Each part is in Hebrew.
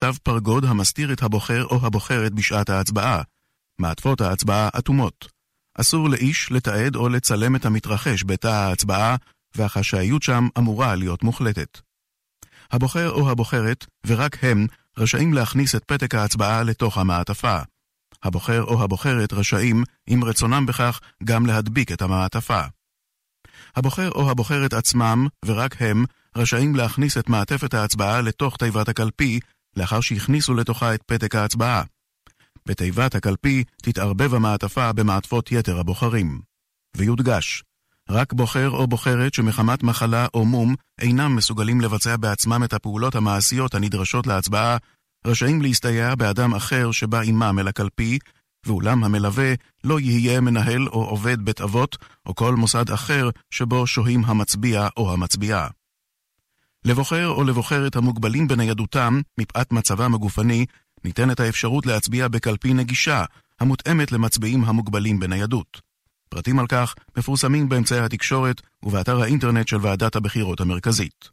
תו פרגוד המסתיר את הבוחר או הבוחרת בשעת ההצבעה. מעטפות ההצבעה אטומות. אסור לאיש לתעד או לצלם את המתרחש בתא ההצבעה, והחשאיות שם אמורה להיות מוחלטת. הבוחר או הבוחרת, ורק הם, רשאים להכניס את פתק ההצבעה לתוך המעטפה. הבוחר או הבוחרת רשאים, אם רצונם בכך, גם להדביק את המעטפה. הבוחר או הבוחרת עצמם, ורק הם, רשאים להכניס את מעטפת ההצבעה לתוך תיבת הקלפי, לאחר שהכניסו לתוכה את פתק ההצבעה. בתיבת הקלפי תתערבב המעטפה במעטפות יתר הבוחרים. ויודגש, רק בוחר או בוחרת שמחמת מחלה או מום אינם מסוגלים לבצע בעצמם את הפעולות המעשיות הנדרשות להצבעה, רשאים להסתייע באדם אחר שבא עמם אל הקלפי, ואולם המלווה לא יהיה מנהל או עובד בית אבות או כל מוסד אחר שבו שוהים המצביע או המצביעה. לבוחר או לבוחרת המוגבלים בניידותם מפאת מצבם הגופני, ניתנת האפשרות להצביע בקלפי נגישה, המותאמת למצביעים המוגבלים בניידות. פרטים על כך מפורסמים באמצעי התקשורת ובאתר האינטרנט של ועדת הבחירות המרכזית.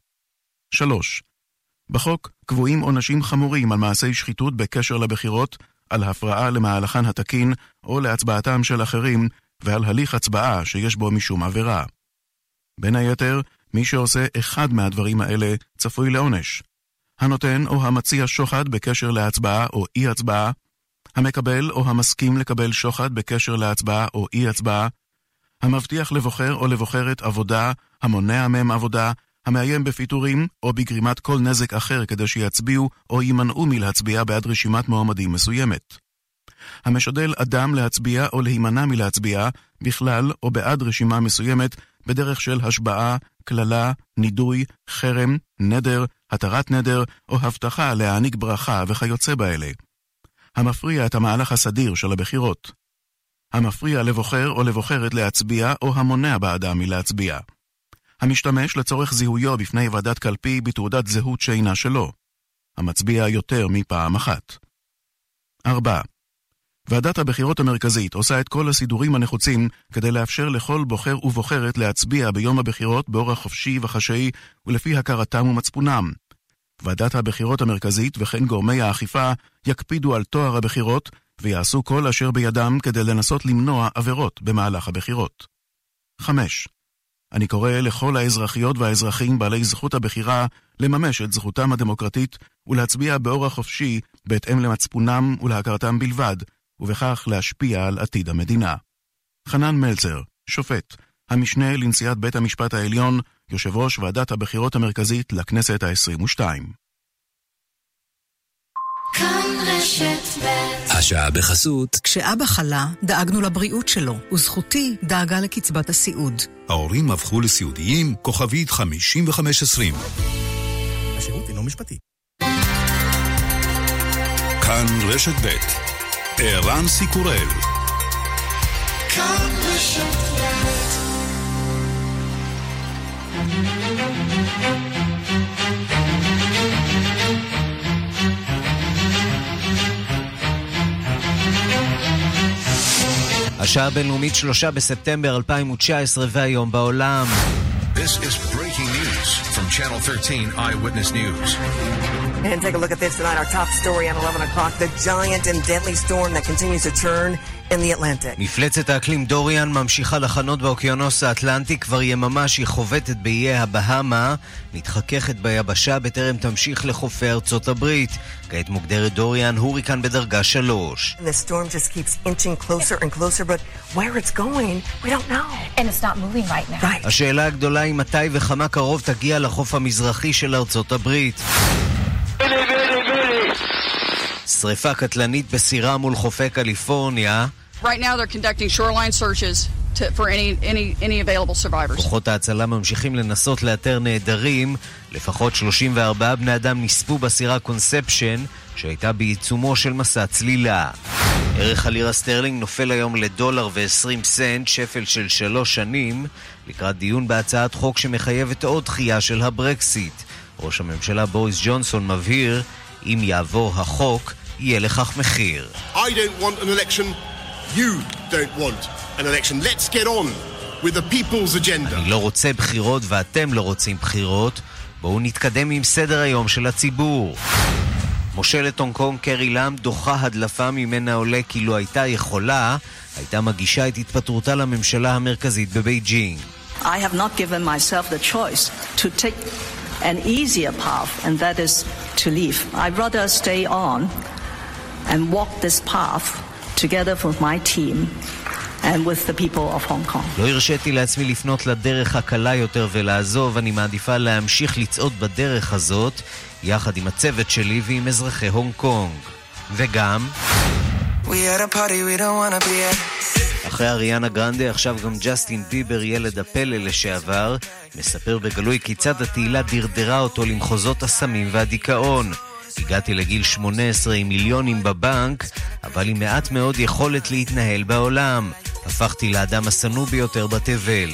3. בחוק קבועים עונשים חמורים על מעשי שחיתות בקשר לבחירות, על הפרעה למהלכן התקין או להצבעתם של אחרים, ועל הליך הצבעה שיש בו משום עבירה. בין היתר, מי שעושה אחד מהדברים האלה צפוי לעונש. הנותן או המציע שוחד בקשר להצבעה או אי הצבעה, המקבל או המסכים לקבל שוחד בקשר להצבעה או אי הצבעה, המבטיח לבוחר או לבוחרת עבודה, המונע מהם עבודה, המאיים בפיטורים או בגרימת כל נזק אחר כדי שיצביעו או יימנעו מלהצביע בעד רשימת מועמדים מסוימת. המשדל אדם להצביע או להימנע מלהצביע בכלל או בעד רשימה מסוימת בדרך של השבעה, כללה, נידוי, חרם, נדר, התרת נדר או הבטחה להעניק ברכה וכיוצא באלה. המפריע את המהלך הסדיר של הבחירות. המפריע לבוחר או לבוחרת להצביע או המונע באדם מלהצביע. המשתמש לצורך זיהויו בפני ועדת קלפי בתעודת זהות שאינה שלו. המצביע יותר מפעם אחת. 4. ועדת הבחירות המרכזית עושה את כל הסידורים הנחוצים כדי לאפשר לכל בוחר ובוחרת להצביע ביום הבחירות באורח חופשי וחשאי ולפי הכרתם ומצפונם. ועדת הבחירות המרכזית וכן גורמי האכיפה יקפידו על תואר הבחירות ויעשו כל אשר בידם כדי לנסות למנוע עבירות במהלך הבחירות. 5. אני קורא לכל האזרחיות והאזרחים בעלי זכות הבחירה לממש את זכותם הדמוקרטית ולהצביע באורח חופשי בהתאם למצפונם ולהכרתם בלבד, ובכך להשפיע על עתיד המדינה. חנן מלצר, שופט, המשנה לנשיאת בית המשפט העליון, יושב ראש ועדת הבחירות המרכזית לכנסת ה-22. השעה בחסות. כשאבא חלה, דאגנו לבריאות שלו, וזכותי דאגה לקצבת הסיעוד. ההורים הפכו לסיעודיים, כוכבית 5520. השירות אינו משפטי. כאן רשת ב' ערן סיקורל. כאן רשת ב'. השעה הבינלאומית 3 בספטמבר 2019 והיום בעולם. This is breaking news from Channel 13 Eyewitness News. And take a look at this tonight. Our top story at 11 o'clock. The giant and deadly storm that continues to churn in the Atlantic. מפלצת האקלים דוריאן ממשיכה לחנות באוקיינוס האטלנטי כבר יממה שהיא חובטת באיי הבהאמה, מתחככת ביבשה בטרם תמשיך לחופי ארצות הברית. כעת מוגדרת דוריאן הוריקן בדרגה 3. And the storm just keeps inching closer and closer, but where it's going, we don't know. And it's not moving right now. Right. השאלה הגדולה היא מתי וכמה קרוב תגיע לחוף המזרחי של ארצות הברית. שריפה קטלנית בסירה מול חופי קליפורניה. Right now they're conducting shoreline searches for any available survivors. כוחות ההצלה ממשיכים לנסות לאתר נעדרים. לפחות 34 בני אדם נספו בסירה קונספשן שהייתה בעיצומו של מסע צלילה. ערך הלירה סטרלינג נופל היום $1.20, שפל של 3 שנים, לקראת דיון בהצעת חוק שמחייבת עוד דחייה של הברקסיט. ראש הממשלה בוריס ג'ונסון מבהיר, אם יעבור החוק, יהיה לכך מחיר. I don't want an election. You don't want an election. Let's get on with the people's agenda. אני לא רוצה בחירות ואתם לא רוצים בחירות. בואו נתקדם עם סדר היום של הציבור. מושלת הונג קונג קרי לאם דוחה הדלפה ממנה עולה כי לא הייתה יכולה, הייתה מגישה את התפטרותה לממשלה המרכזית בבייג'ינג. I have not given myself the choice to take an easier path, and that is to leave. I'd rather stay on and walk this path together with my team and with the people of Hong Kong. לא הרשיתי לעצמי לפנות לדרך הקלה יותר ולעזוב, אני מעדיפה להמשיך לצעוד בדרך הזאת יחד עם הצוות שלי ועם אזרחי הונג קונג. וגם אחרי אריאנה גרנדה, עכשיו גם ג'סטין ביבר, ילד הפלא לשעבר, מספר בגלוי כיצד התהילה דרדרה אותו למחוזות הסמים והדיכאון. הגעתי לגיל 18 עם מיליונים בבנק, אבל עם מעט מאוד יכולת להתנהל בעולם. הפכתי לאדם הסנוע ביותר בתבל.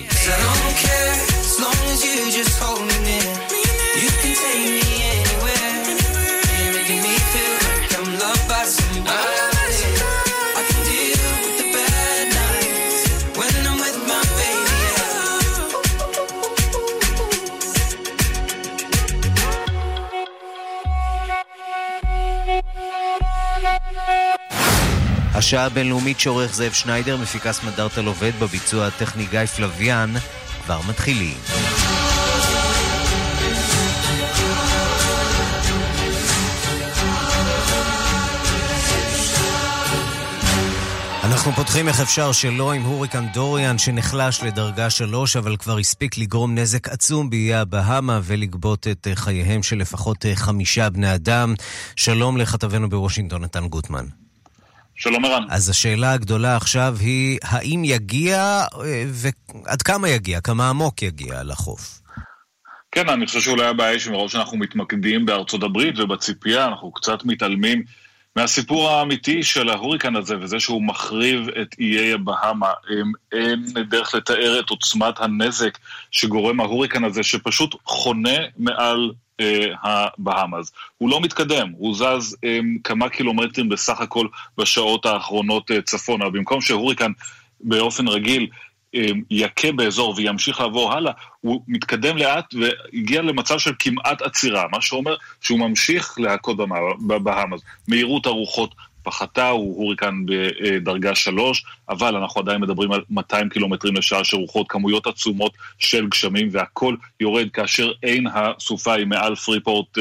השעה הבינלאומית שעורך זאב שניידר, מפיקס מדארטל עובד, בביצוע הטכני גיא פלוויאן, כבר מתחילים. אנחנו פותחים איך אפשר שלא עם הוריקן דוריאן שנחלש לדרגה 3, אבל כבר הספיק לגרום נזק עצום באיי הבהאמה ולגבות את חייהם של לפחות 5 בני אדם. שלום לכתבנו בוושינגטון, נתן גוטמן. שלום ערן. אז השאלה הגדולה עכשיו היא, האם יגיע ועד כמה יגיע, כמה עמוק יגיע לחוף? כן, אני חושב שאולי הבעיה שמרוב שאנחנו מתמקדים בארצות הברית ובציפייה, אנחנו קצת מתעלמים מהסיפור האמיתי של ההוריקן הזה, וזה שהוא מחריב את איי הבהאמה. אין דרך לתאר את עוצמת הנזק שגורם ההוריקן הזה, שפשוט חונה מעל הבהאמאז. הוא לא מתקדם, הוא זז כמה קילומטרים בסך הכל בשעות האחרונות צפונה. במקום שההוריקן באופן רגיל יקה באזור וימשיך לעבור הלאה, הוא מתקדם לאט והגיע למצב של כמעט עצירה, מה שאומר שהוא ממשיך להכות בבהאמאז. מהירות הרוחות פחתה, הוא הוריקן בדרגה 3, אבל אנחנו עדיין מדברים על 200 קילומטרים לשעה של רוחות, כמויות עצומות של גשמים, והכל יורד כאשר אין הסופה היא מעל פריפורט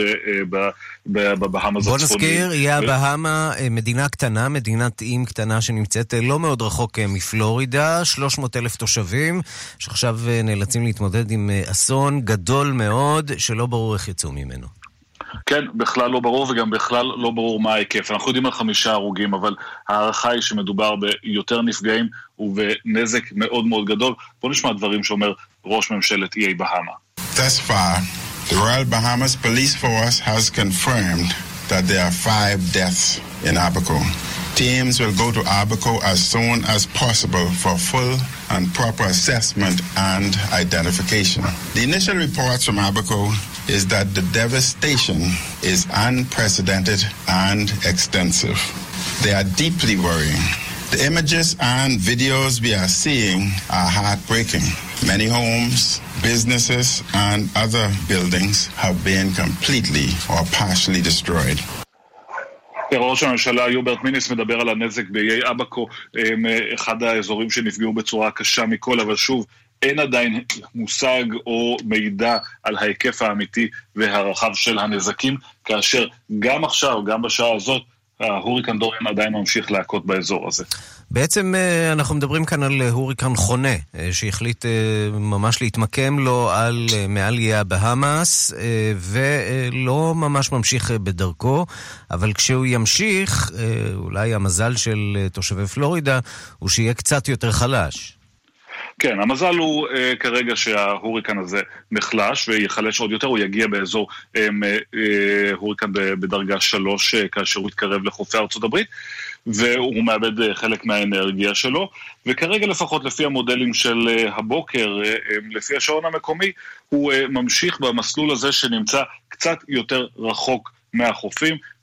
בבהאמאז הצפוני. בוא נזכיר, יהיה הבהאמה מדינה קטנה, מדינת איים קטנה שנמצאת לא מאוד רחוק מפלורידה, 300,000 תושבים, שעכשיו נאלצים להתמודד עם אסון גדול מאוד, שלא ברור איך יצאו ממנו. כן, בכלל לא ברור, וגם בכלל לא ברור מה ההיקף. אנחנו יודעים על 5 הרוגים, אבל הערכה היא שמדובר ביותר נפגעים ובנזק מאוד מאוד גדול. בוא נשמע דברים שאומר ראש ממשלת איי בהאמה. Thus far, the Royal Bahamas Police Force has confirmed that there are 5 deaths in Abaco. Teams will go to Abaco as soon as possible for full and proper assessment and identification. The initial reports from Abaco is that the devastation is unprecedented and extensive. They are deeply worrying. The images and videos we are seeing are heartbreaking. Many homes, businesses, and other buildings have been completely or partially destroyed. ראש הממשלה יוברט מיניס מדבר על הנזק באיי אבקו, אחד האזורים שנפגעו בצורה קשה מכל, אבל שוב, אין עדיין מושג או מידע על ההיקף האמיתי והרחב של הנזקים, כאשר גם עכשיו, גם בשעה הזאת, ההוריקן דוריאן עדיין ממשיך להכות באזור הזה. בעצם אנחנו מדברים כאן על הוריקן חונה, שהחליט ממש להתמקם לו מעל איי הבהאמאס, ולא ממש ממשיך בדרכו, אבל כשהוא ימשיך, אולי המזל של תושבי פלורידה, הוא שיהיה קצת יותר חלש. כן, המזל הוא כרגע שההוריקן הזה נחלש ויחלש עוד יותר, הוא יגיע באזור הוריקן בדרגה 3 כאשר הוא יתקרב לחופי ארצות הברית, והוא מאבד חלק מהאנרגיה שלו, וכרגע לפחות לפי המודלים של הבוקר, לפי השעון המקומי, הוא ממשיך במסלול הזה שנמצא קצת יותר רחוק מהחופים,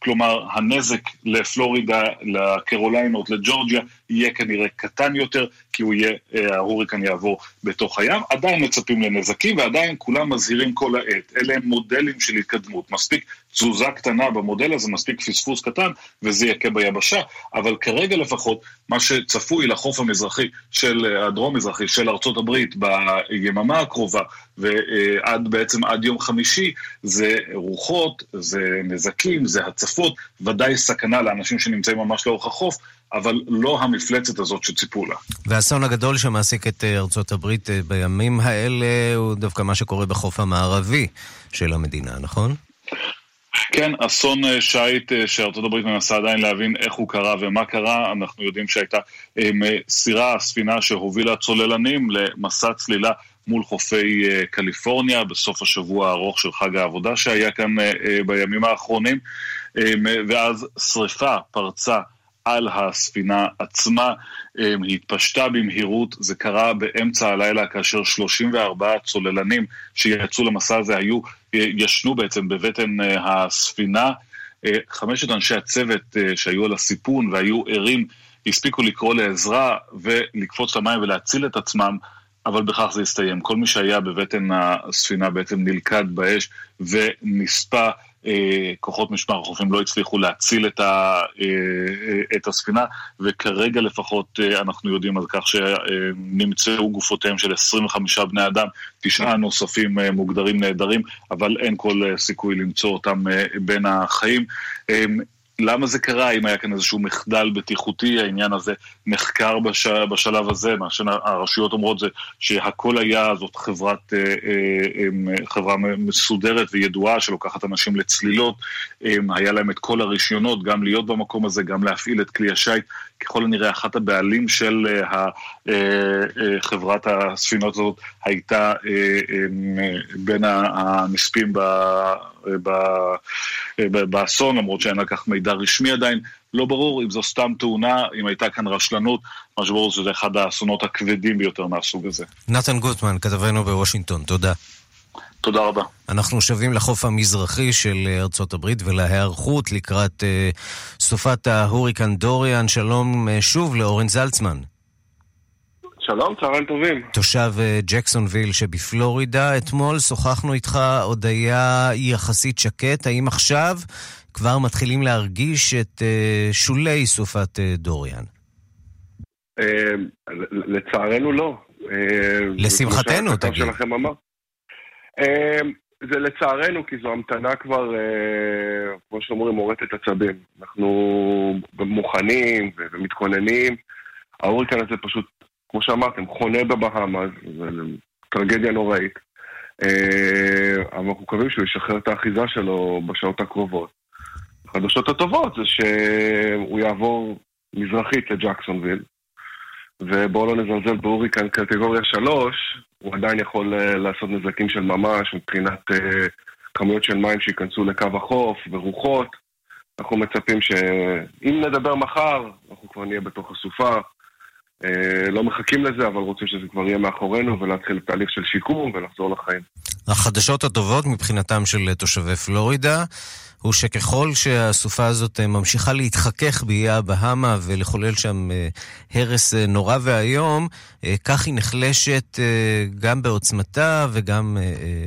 כלומר הנזק לפלורידה, לקרוליינות, לג'ורג'יה, יהיה כנראה קטן יותר, כי ההוריקן יעבור בתוך הים. עדיין מצפים לנזקים, ועדיין כולם מזהירים כל העת. אלה הם מודלים של התקדמות. מספיק תזוזה קטנה במודל הזה, מספיק פספוס קטן, וזה יקה ביבשה. אבל כרגע לפחות, מה שצפוי לחוף המזרחי, הדרום-מזרחי של ארצות הברית, ביממה הקרובה, בעצם עד יום חמישי, זה רוחות, זה נזקים, זה הצפות, ודאי סכנה לאנשים שנמצאים ממש לאורך החוף, אבל לא המפלצת הזאת שציפו לה. והאסון הגדול שמעסיק את ארצות הברית בימים האלה, הוא דווקא מה שקורה בחוף המערבי של המדינה, נכון? כן, אסון שייט שארצות הברית מנסה עדיין להבין איך הוא קרה ומה קרה. אנחנו יודעים שהייתה ספינה שהובילה צוללנים למסע צלילה מול חופי קליפורניה בסוף השבוע הארוך של חג העבודה שהיה כאן בימים האחרונים, ואז שריפה פרצה על הספינה עצמה, היא התפשטה במהירות. זה קרה באמצע הלילה כאשר 34 צוללנים שיצאו למסע הזה ישנו בעצם בבטן הספינה. 5 אנשי הצוות שהיו על הסיפון והיו ערים הספיקו לקרוא לעזרה ולקפוץ למים ולהציל את עצמם, אבל בכך זה הסתיים. כל מי שהיה בבטן הספינה בעצם נלכד באש ונספה. כוחות משמר החופים לא הצליחו להציל את הספינה, וכרגע לפחות אנחנו יודעים על כך שנמצאו גופותיהם של 25 בני אדם, 9 נוספים מוגדרים נהדרים, אבל אין כל סיכוי למצוא אותם בין החיים. למה זה קרה? אם היה כאן איזשהו מחדל בטיחותי, העניין הזה נחקר בשלב הזה. מה שהרשויות אומרות זה שהכל היה, זאת חברה מסודרת וידועה שלוקחת אנשים לצלילות, היה להם את כל הרישיונות, גם להיות במקום הזה, גם להפעיל את כלי השייט. ככל הנראה אחת הבעלים של חברת הספינות הזאת הייתה בין הנספים באסון, למרות שאין לכך מידע רשמי עדיין. לא ברור אם זו סתם תאונה, אם הייתה כאן רשלנות. מה שברור שזה אחד האסונות הכבדים ביותר מהסוג הזה. נתן גוטמן, כתבנו בוושינגטון, תודה. תודה רבה. אנחנו שבים לחוף המזרחי של ארצות הברית ולהיערכות לקראת סופת ההוריקן דוריאן. שלום שוב לאורן זלצמן. שלום, צהריים טובים. תושב ג'קסונוויל שבפלורידה. אתמול שוחחנו איתך, עוד היה יחסית שקט. האם עכשיו כבר מתחילים להרגיש את שולי סופת דוריאן? לצערנו לא. לשמחתנו, תגיד. זה לצערנו, כי זו המתנה כבר, כמו שאומרים, מורטת עצבים. אנחנו מוכנים ומתכוננים. ההוריקן הזה פשוט, כמו שאמרתם, חונה בבהאמאס, זה טרגדיה נוראית. אבל אנחנו מקווים שהוא ישחרר את האחיזה שלו בשעות הקרובות. החדשות הטובות זה שהוא יעבור מזרחית לג'קסונוויל, ובואו לא נזלזל בהוריקן קטגוריה 3, הוא עדיין יכול לעשות נזקים של ממש מבחינת כמויות של מים שיכנסו לקו החוף ורוחות. אנחנו מצפים שאם נדבר מחר, אנחנו כבר נהיה בתוך הסופה. לא מחכים לזה, אבל רוצים שזה כבר יהיה מאחורינו ולהתחיל תהליך של שיקום ולחזור לחיים. החדשות הטובות מבחינתם של תושבי פלורידה הוא שככל שהסופה הזאת ממשיכה להתחכך באיי הבהאמה ולחולל שם הרס נורא והיום, כך היא נחלשת גם בעוצמתה וגם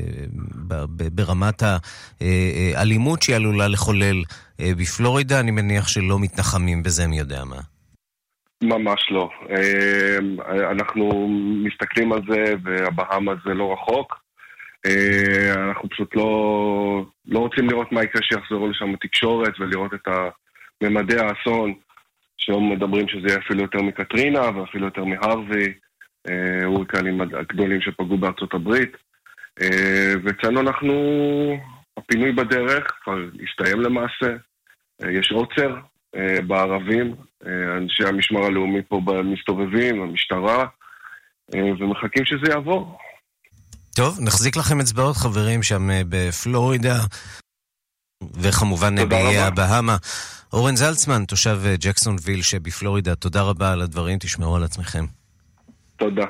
ברמת האלימות שהיא עלולה לחולל בפלורידה. אני מניח שלא מתנחמים בזה, מי יודע מה. ממש לא. אנחנו מסתכלים על זה, והבהאמה זה לא רחוק. אנחנו פשוט לא רוצים לראות מה יקרה שיחזרו לשם התקשורת, ולראות את ממדי האסון, שהיום מדברים שזה יהיה אפילו יותר מקטרינה, ואפילו יותר מהרווי, הוריקנים הגדולים שפגעו בארצות הברית. ואצלנו הפינוי בדרך כבר הסתיים למעשה. יש עוצר בערבים, אנשי המשמר הלאומי פה מסתובבים, המשטרה, ומחכים שזה יעבור. טוב, נחזיק לכם אצבעות חברים שם בפלורידה, וכמובן באיי הבהאמה. אורן זלצמן, תושב ג'קסונוויל שבפלורידה, תודה רבה על הדברים, תשמעו על עצמכם. תודה.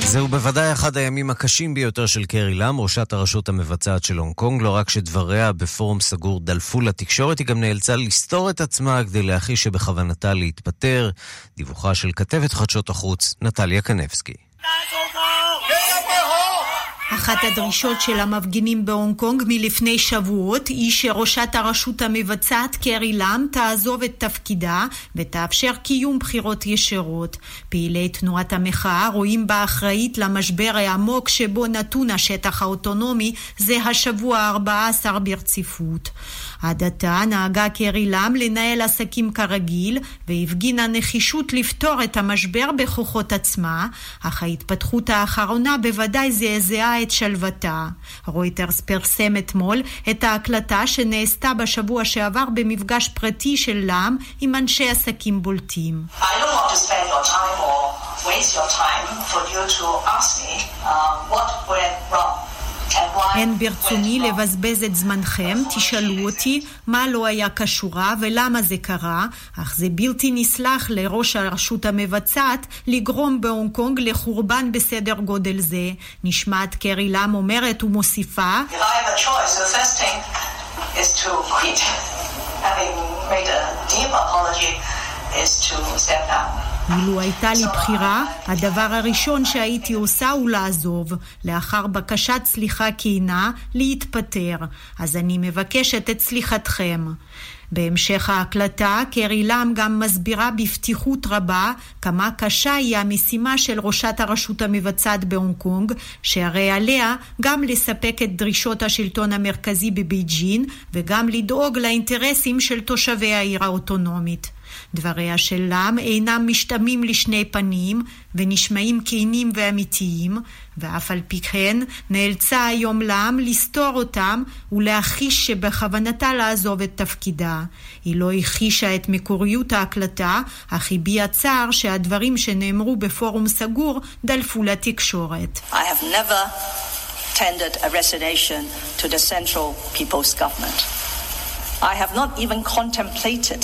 זהו בוודאי אחד הימים הקשים ביותר של קרי לם, ראשת הרשות המבצעת של הונג קונג. לא רק שדבריה בפורום סגור דלפו לתקשורת, היא גם נאלצה לסתור את עצמה כדי להכחיש שבכוונתה להתפטר. דיווחה של כתבת חדשות החוץ נטליה קנבסקי. אחת הדרישות של המפגינים בהונג קונג מלפני שבועות היא שראשת הרשות המבצעת קרי לם תעזוב את תפקידה ותאפשר קיום בחירות ישירות. פעילי תנועת המחאה רואים בה אחראית למשבר העמוק שבו נתון השטח האוטונומי זה השבוע 14 ברציפות. עד עתה נהגה קרי לם לנהל עסקים כרגיל והפגינה נחישות לפתור את המשבר בכוחות עצמה, אך ההתפתחות האחרונה בוודאי זעזעה את שלוותה. רויטרס פרסם אתמול את ההקלטה שנעשתה בשבוע שעבר במפגש פרטי של לם עם אנשי עסקים בולטים. I don't want to spend your time or waste your time for you to ask me what went wrong. אין ברצוני לבזבז את זמנכם, תשאלו אותי מה לא היה קשורה ולמה זה קרה, אך זה בלתי נסלח לראש הרשות המבצעת לגרום בהונג קונג לחורבן בסדר גודל זה. נשמעת קרי לם אומרת ומוסיפה, If I have a choice, the first thing is to quit. Having made a deep apology is to step down. אילו הייתה לי בחירה, הדבר הראשון שהייתי עושה הוא לעזוב, לאחר בקשת סליחה כינה, להתפטר. אז אני מבקשת את סליחתכם. בהמשך ההקלטה, קרי לם גם מסבירה בפתיחות רבה כמה קשה היא המשימה של ראשת הרשות המבצעת בהונג קונג, שהרי עליה גם לספק את דרישות השלטון המרכזי בבייג'ין וגם לדאוג לאינטרסים של תושבי העיר האוטונומית. דבריה של לם אינם משתמעים לשני פנים ונשמעים כנים ואמיתיים, ואף על פי כן נאלצה היום לם לסתור אותם ולהכחיש שבכוונתה לעזוב את תפקידה. היא לא הכחישה את מקוריות ההקלטה, אך הביעה צער שהדברים שנאמרו בפורום סגור דלפו לתקשורת. I have never tendered a resignation to the Central People's Government. I have not even contemplated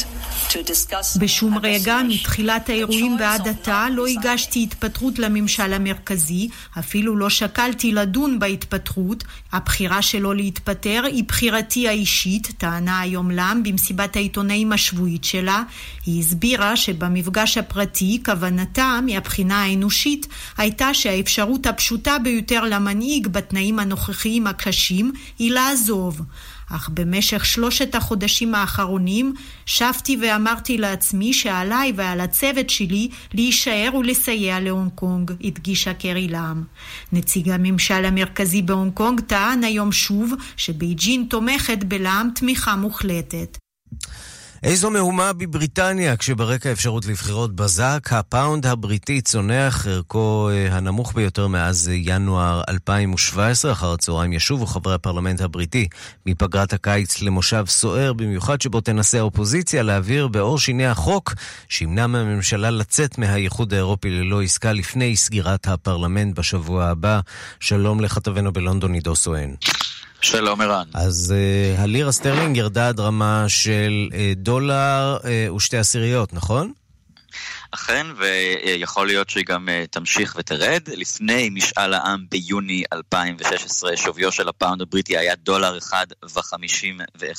בשום רגע מתחילת האירועים ועד עתה לא הגשתי התפטרות לממשל המרכזי, אפילו לא שקלתי לדון בהתפטרות. הבחירה שלו להתפטר היא בחירתי האישית, טענה היום לם במסיבת העיתונאים השבועית שלה. היא הסבירה שבמפגש הפרטי כוונתה מהבחינה האנושית הייתה שהאפשרות הפשוטה ביותר למנהיג בתנאים הנוכחיים הקשים היא לעזוב. אך במשך 3 החודשים האחרונים שבתי ואמרתי לעצמי שעליי ועל הצוות שלי להישאר ולסייע להונג קונג, הדגישה קרי לם. נציג הממשל המרכזי בהונג קונג טען היום שוב שבייג'ין תומכת בלם תמיכה מוחלטת. איזו מהומה בבריטניה, כשברקע אפשרות לבחירות בזק, הפאונד הבריטי צונח, ערכו הנמוך ביותר מאז ינואר 2017. אחר הצהריים ישובו חברי הפרלמנט הבריטי מפגרת הקיץ למושב סוער, במיוחד שבו תנסה האופוזיציה להעביר באור שיני החוק שימנע מהממשלה לצאת מהאיחוד האירופי ללא עסקה לפני סגירת הפרלמנט בשבוע הבא. שלום לכתבנו בלונדון עידו סואן. שלום ערן. אז הלירה סטרלינג ירדה עד רמה של $1.02, נכון? אכן, ויכול להיות שהיא גם תמשיך ותרד. לפני משאל העם ביוני 2016, שוויו של הפאונד הבריטי היה $1.51.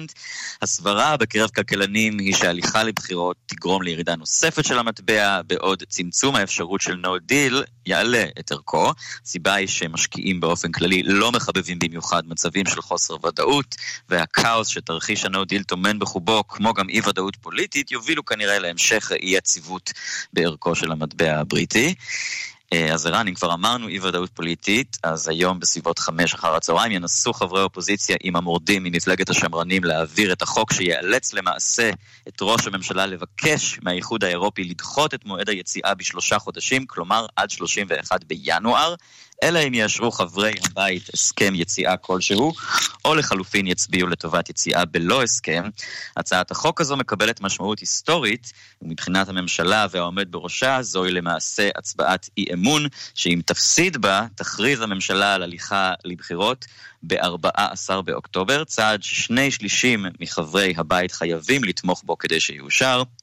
הסברה בקרב כלכלנים היא שההליכה לבחירות תגרום לירידה נוספת של המטבע, בעוד צמצום האפשרות של נו דיל יעלה את ערכו. הסיבה היא שמשקיעים באופן כללי לא מחבבים במיוחד מצבים של חוסר ודאות, והקאוס שתרחיש הנו דיל תומן בחובו, כמו גם אי ודאות פוליטית, יובילו כנראה להמשך אי יציבות בערכו של המטבע הבריטי. אז ערן, אם כבר אמרנו אי ודאות פוליטית, אז היום בסביבות 5 אחר הצהריים ינסו חברי אופוזיציה עם המורדים ממפלגת השמרנים להעביר את החוק שיאלץ למעשה את ראש הממשלה לבקש מהאיחוד האירופי לדחות את מועד היציאה ב3 חודשים, כלומר עד 31 בינואר, אלא אם יאשרו חברי הבית הסכם יציאה כלשהו, או לחלופין יצביעו לטובת יציאה בלא הסכם. הצעת החוק הזו מקבלת משמעות היסטורית, ומבחינת הממשלה והעומד בראשה, זוהי למעשה הצבעת אי אמון, שאם תפסיד בה, תכריז הממשלה על הליכה לבחירות ב-14 באוקטובר, צעד ש2/3 מחברי הבית חייבים לתמוך בו כדי שיאושר.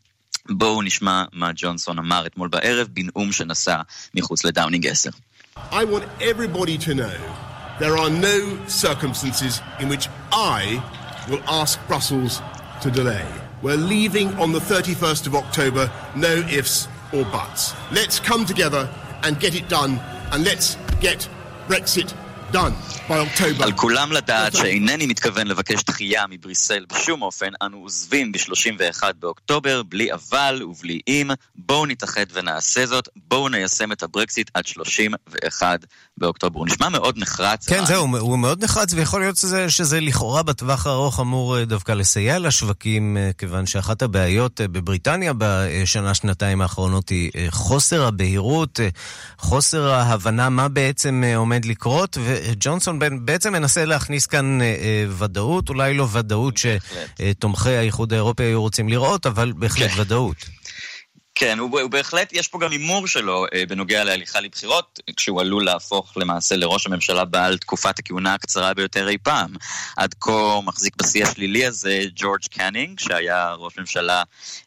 בואו נשמע מה ג'ונסון אמר אתמול בערב בנאום שנשא מחוץ לדאונינג 10. I want everybody to know there are no circumstances in which I will ask Brussels to delay. We're leaving on the 31st of October, no ifs or buts. Let's come together and get it done, and let's get Brexit done by October. על כולם לדעת שאינני מתכוון לבקש דחייה מבריסל בשום אופן, אנו עוזבים ב-31 באוקטובר, בלי אבל ובלי אם, בואו נתאחד ונעשה זאת, בואו ניישם את הברקסיט עד 31 באוקטובר. הוא נשמע מאוד נחרץ. כן, זהו, הוא מאוד נחרץ, ויכול להיות שזה לכאורה בטווח הארוך אמור דווקא לסייע לשווקים, כיוון שאחת הבעיות בבריטניה בשנה-שנתיים האחרונות היא חוסר הבהירות, חוסר ההבנה מה בעצם עומד לקרות, וג'ונסון בעצם מנסה להכניס כאן ודאות, אולי לא ודאות שתומכי האיחוד האירופי היו רוצים לראות, אבל בהחלט ודאות. כן, הוא בהחלט, יש פה גם אימור שלו בנוגע להליכה לבחירות, כשהוא עלול להפוך למעשה לראש הממשלה בעל תקופת הכהונה הקצרה ביותר אי פעם. עד כה מחזיק בשיא השלילי הזה ג'ורג' קנינג, שהיה ראש ממשלה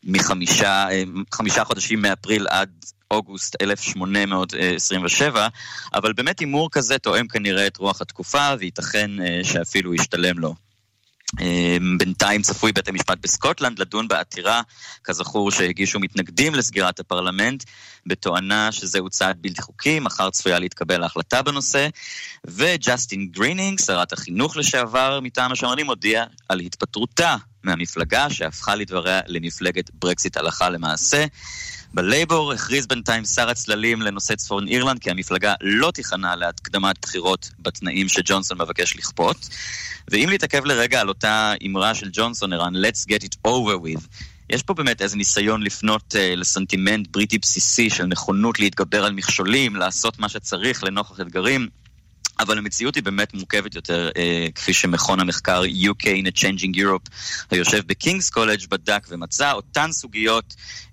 חמישה חודשים מאפריל עד אוגוסט 1827, אבל באמת אימור כזה תואם כנראה את רוח התקופה, וייתכן שאפילו ישתלם לו. בינתיים צפוי בית המשפט בסקוטלנד לדון בעתירה, כזכור שהגישו מתנגדים לסגירת הפרלמנט, בתואנה שזהו צעד בלתי חוקי, מחר צפויה להתקבל ההחלטה בנושא, וג'סטין גרינינג, שרת החינוך לשעבר מטעם השמרנים, הודיע על התפטרותה מהמפלגה, שהפכה לדבריה למפלגת ברקסיט הלכה למעשה. בלייבור הכריז בינתיים שר הצללים לנושא צפון אירלנד, כי המפלגה לא תיכנע להקדמת בחירות בתנאים שג'ונסון מבקש לכפות. ואם להתעכב לרגע על אותה אמרה של ג'ונסון, ערן, let's get it over with, יש פה באמת איזה ניסיון לפנות לסנטימנט בריטי בסיסי של נכונות להתגבר על מכשולים, לעשות מה שצריך לנוכח אתגרים, אבל המציאות היא באמת מורכבת יותר, כפי שמכון המחקר UK in a Changing Europe, היושב בקינגס קולג' בדק ומצא, אותן סוגיות,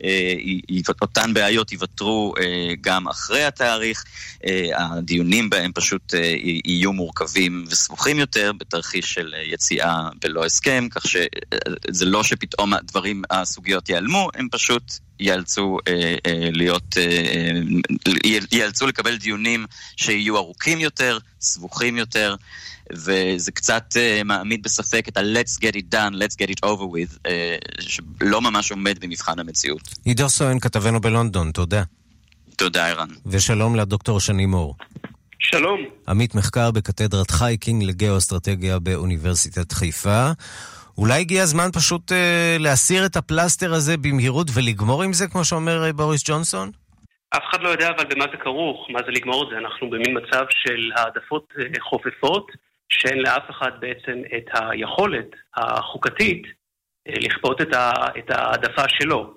אותן בעיות יוותרו גם אחרי התאריך, הדיונים בהם פשוט יהיו מורכבים וסבוכים יותר, בתרחיש של יציאה בלא הסכם, כך שזה לא שפתאום הסוגיות ייעלמו, הם פשוט ייאלצו לקבל דיונים שיהיו ארוכים יותר, סבוכים יותר, וזה קצת מעמיד בספק את ה-let's get it done, let's get it over with, שלא ממש עומד במבחן המציאות. עידו סואן, כתבנו בלונדון, תודה. תודה, ערן. ושלום לדוקטור שני מור. שלום. עמית מחקר בקתדרת חייקינג לגאו-אסטרטגיה באוניברסיטת חיפה. אולי הגיע הזמן פשוט להסיר את הפלסטר הזה במהירות ולגמור עם זה, כמו שאומר בוריס ג'ונסון? אף אחד לא יודע אבל במה זה כרוך, מה זה לגמור את זה. אנחנו במין מצב של העדפות חופפות, שאין לאף אחד בעצם את היכולת החוקתית לכפות את העדפה שלו.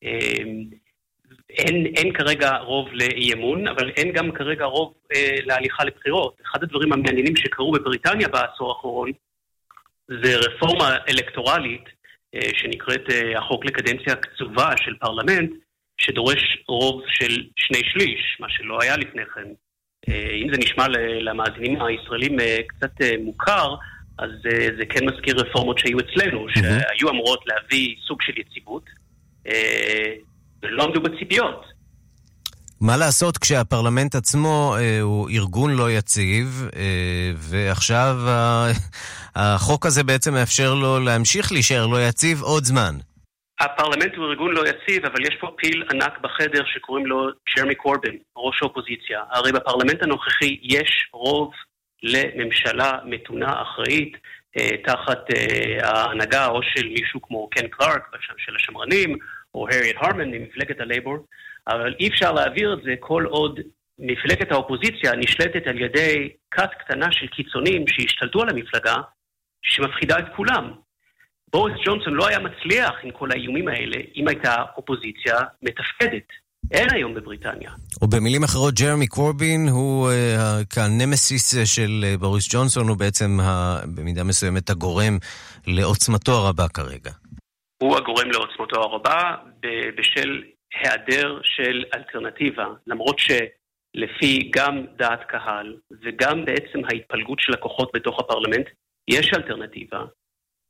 אין כרגע רוב לאי-אמון, אבל אין גם כרגע רוב להליכה לבחירות. אחד הדברים המעניינים שקרו בבריטניה בעשור האחרון, זה רפורמה אלקטורלית שנקראת החוק לקדנציה קצובה של פרלמנט, שדורש רוב של 2/3, מה שלא היה לפני כן. אם זה נשמע למאזינים הישראלים קצת מוכר, אז זה כן מזכיר רפורמות שהיו אצלנו, שהיו אמורות להביא סוג של יציבות, ולא עמדו בציפיות. מה לעשות כשהפרלמנט עצמו הוא ארגון לא יציב, ועכשיו החוק הזה בעצם מאפשר לו להמשיך להישאר לא יציב עוד זמן? הפרלמנט הוא ארגון לא יציב, אבל יש פה פיל ענק בחדר שקוראים לו ג'רמי קורבין, ראש האופוזיציה. הרי בפרלמנט הנוכחי יש רוב לממשלה מתונה אחראית, תחת ההנהגה או של מישהו כמו קן קלארק של השמרנים, או הריאט הרמן ממפלגת הלייבור, אבל אי אפשר להעביר את זה כל עוד מפלגת האופוזיציה נשלטת על ידי כת קטנה של קיצונים שהשתלטו על המפלגה, שמפחידה את כולם. בוריס ג'ונסון לא היה מצליח עם כל האיומים האלה אם הייתה אופוזיציה מתפקדת. אין היום בבריטניה. או במילים אחרות, ג'רמי קורבין הוא כנמסיס של בוריס ג'ונסון, הוא בעצם במידה מסוימת הגורם לעוצמתו הרבה כרגע. הוא הגורם לעוצמתו הרבה בשל היעדר של אלטרנטיבה, למרות שלפי גם דעת קהל וגם בעצם ההתפלגות של הכוחות בתוך הפרלמנט, יש אלטרנטיבה.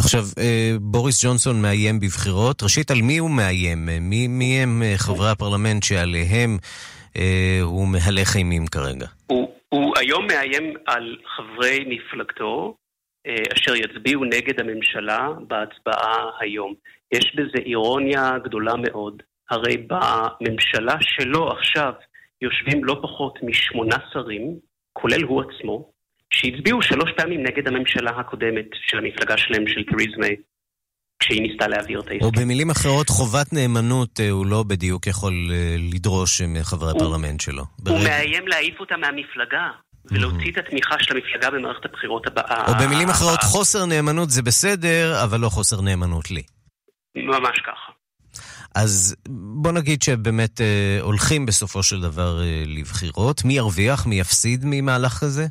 עכשיו, בוריס ג'ונסון מאיים בבחירות. ראשית, על מי הוא מאיים? מי הם חברי הפרלמנט שעליהם הוא מהלך אימים כרגע? הוא היום מאיים על חברי מפלגתו, אשר יצביעו נגד הממשלה בהצבעה היום. יש בזה אירוניה גדולה מאוד. הרי בממשלה שלו עכשיו יושבים לא פחות מ8 שרים, כולל הוא עצמו, שהצביעו 3 פעמים נגד הממשלה הקודמת של המפלגה שלהם, של תריזה מיי, כשהיא ניסתה להעביר את ההסכם. או במילים אחרות, חובת נאמנות הוא לא בדיוק יכול לדרוש מחברי הפרלמנט שלו. הוא מאיים להעיף אותה מהמפלגה, ולהוציא את התמיכה של המפלגה במערכת הבחירות הבאה. או במילים אחרות, חוסר נאמנות זה בסדר, אבל לא חוסר נאמנות לי. ממש ככה. אז בוא נגיד שבאמת הולכים בסופו של דבר לבחירות. מי ירוויח, מי יפסיד ממהלך כזה?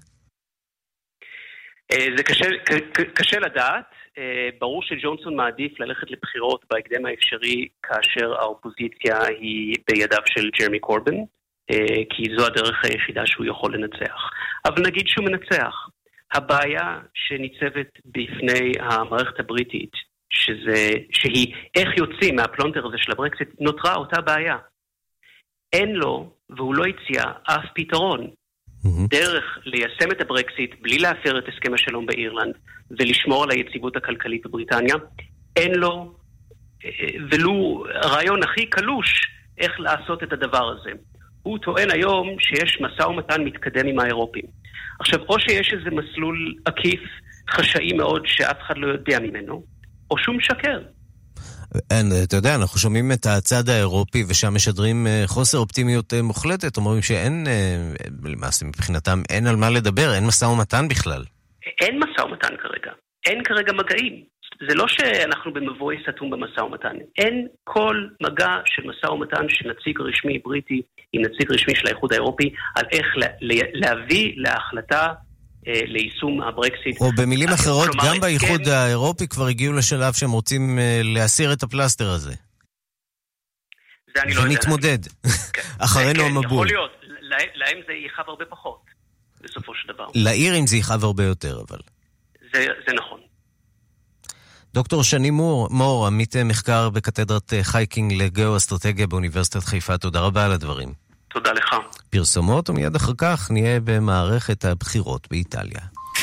זה קשה לדעת. ברור שג'ונסון מעדיף ללכת לבחירות בהקדם האפשרי כאשר האופוזיציה היא בידיו של ג'רמי קורבין, כי זו הדרך היחידה שהוא יכול לנצח. אבל נגיד שהוא מנצח. הבעיה שניצבת בפני המערכת הבריטית, שהיא איך יוצאים מהפלונטר הזה של הברקסיט, נותרה אותה בעיה. אין לו, והוא לא הציע אף פתרון. דרך ליישם את הברקסיט בלי להפר את הסכם השלום באירלנד ולשמור על היציבות הכלכלית בבריטניה, אין לו ולו רעיון הכי קלוש איך לעשות את הדבר הזה. הוא טוען היום שיש משא ומתן מתקדם עם האירופים. עכשיו, או שיש איזה מסלול עקיף חשאי מאוד שאף אחד לא יודע ממנו, או שהוא משקר. אתה יודע, אנחנו שומעים את הצד האירופי ושם משדרים חוסר אופטימיות מוחלטת, אומרים שאין, למעשה מבחינתם, אין על מה לדבר, אין משא ומתן בכלל. אין משא ומתן כרגע, אין כרגע מגעים. זה לא שאנחנו במבוי סתום במשא ומתן, אין כל מגע של משא ומתן של נציג רשמי בריטי עם נציג רשמי של האיחוד האירופי על איך להביא להחלטה ליישום הברקסיט. או במילים אחרות, גם באיחוד האירופי כבר הגיעו לשלב שהם רוצים להסיר את הפלסטר הזה. זה אני לא יודע. ונתמודד. אחרינו המבול. יכול להיות. להם זה יכאב הרבה פחות, בסופו של דבר. לאירים זה יכאב הרבה יותר, אבל. זה נכון. דוקטור שני מור, עמית מחקר בקתדרת חייקינג לגאו-אסטרטגיה באוניברסיטת חיפה. תודה רבה על הדברים. תודה לך. פרסומות, ומיד אחר כך נהיה במערכת הבחירות באיטליה.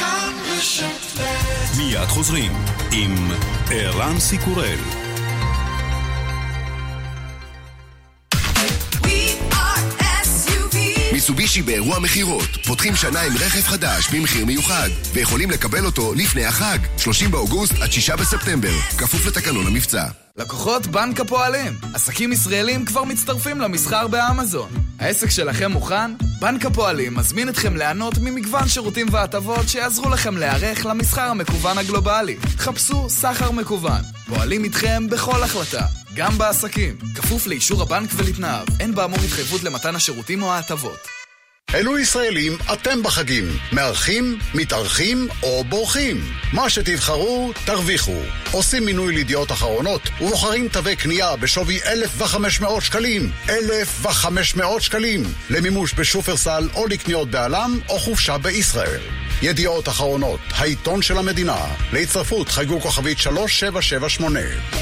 מיד חוזרים עם ערן סיקורל. מיצובישי באירוע מחירות. פותחים שנה עם רכב חדש במחיר מיוחד, ויכולים לקבל אותו לפני החג, 30 באוגוסט עד 6 בספטמבר, כפוף לתקנון המבצע. לקוחות בנק הפועלים. עסקים ישראלים כבר מצטרפים למסחר באמזון. העסק שלכם מוכן? בנק הפועלים מזמין אתכם ליהנות ממגוון שירותים והטבות שיעזרו לכם להיערך למסחר המקוון הגלובלי. חפשו סחר מקוון. פועלים איתכם בכל החלטה, גם בעסקים. כפוף לאישור הבנק ולתנאיו. אין באמור התחייבות למתן השירותים או ההטבות. אלו ישראלים אתם בחגים, מארחים, מתארחים או בורחים. מה שתבחרו, תרוויחו. עושים מינוי לידיעות אחרונות ובוחרים תווי קנייה בשווי 1,500 שקלים. 1,500 שקלים למימוש בשופרסל או לקניות בעלם או חופשה בישראל. ידיעות אחרונות, העיתון של המדינה. להצטרפות חייגו כוכבית 3778.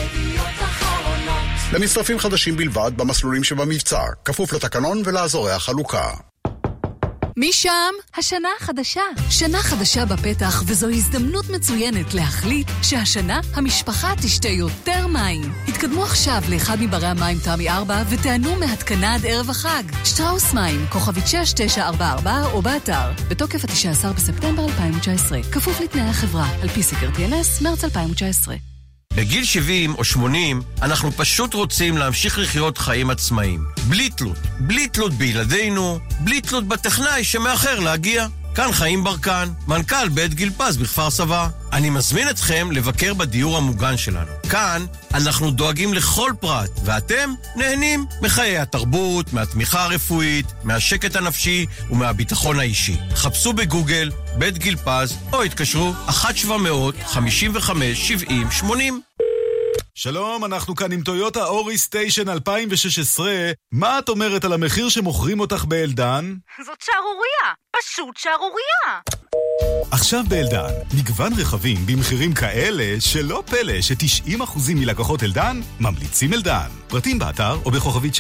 למצטרפים חדשים בלבד במסלולים שבמבצע, כפוף לתקנון ולאזורי החלוקה. מי שם? השנה החדשה. שנה חדשה בפתח, וזו הזדמנות מצוינת להחליט שהשנה המשפחה תשתה יותר מים. התקדמו עכשיו לאחד מברי המים תמי 4 ותענו מהתקנה עד ערב החג. שטראוס מים, כוכבית 6944 או באתר. בתוקף 19 בספטמבר 2019. כפוף לתנאי החברה, על פי סקר TNS, מרץ 2019. בגיל 70 או 80 אנחנו פשוט רוצים להמשיך לחיות חיים עצמאיים. בלי תלות בילדינו, בלי תלות בטכנאי שמאחר להגיע. כאן חיים ברקן, מנכ"ל בית גיל פז בכפר סבא. אני מזמין אתכם לבקר בדיור המוגן שלנו. כאן אנחנו דואגים לכל פרט, ואתם נהנים מחיי התרבות, מהתמיכה הרפואית, מהשקט הנפשי ומהביטחון האישי. חפשו בגוגל בית גיל פז או התקשרו 1-700-55-70-80. שלום, אנחנו כאן עם טויוטה אורי סטיישן 2016. מה את אומרת על המחיר שמוכרים אותך באלדן? זאת שערוריה, פשוט שערוריה. עכשיו באלדן, מגוון רכבים במחירים כאלה שלא פלא ש90% מלקוחות אלדן ממליצים אלדן. פרטים באתר או בכוכבית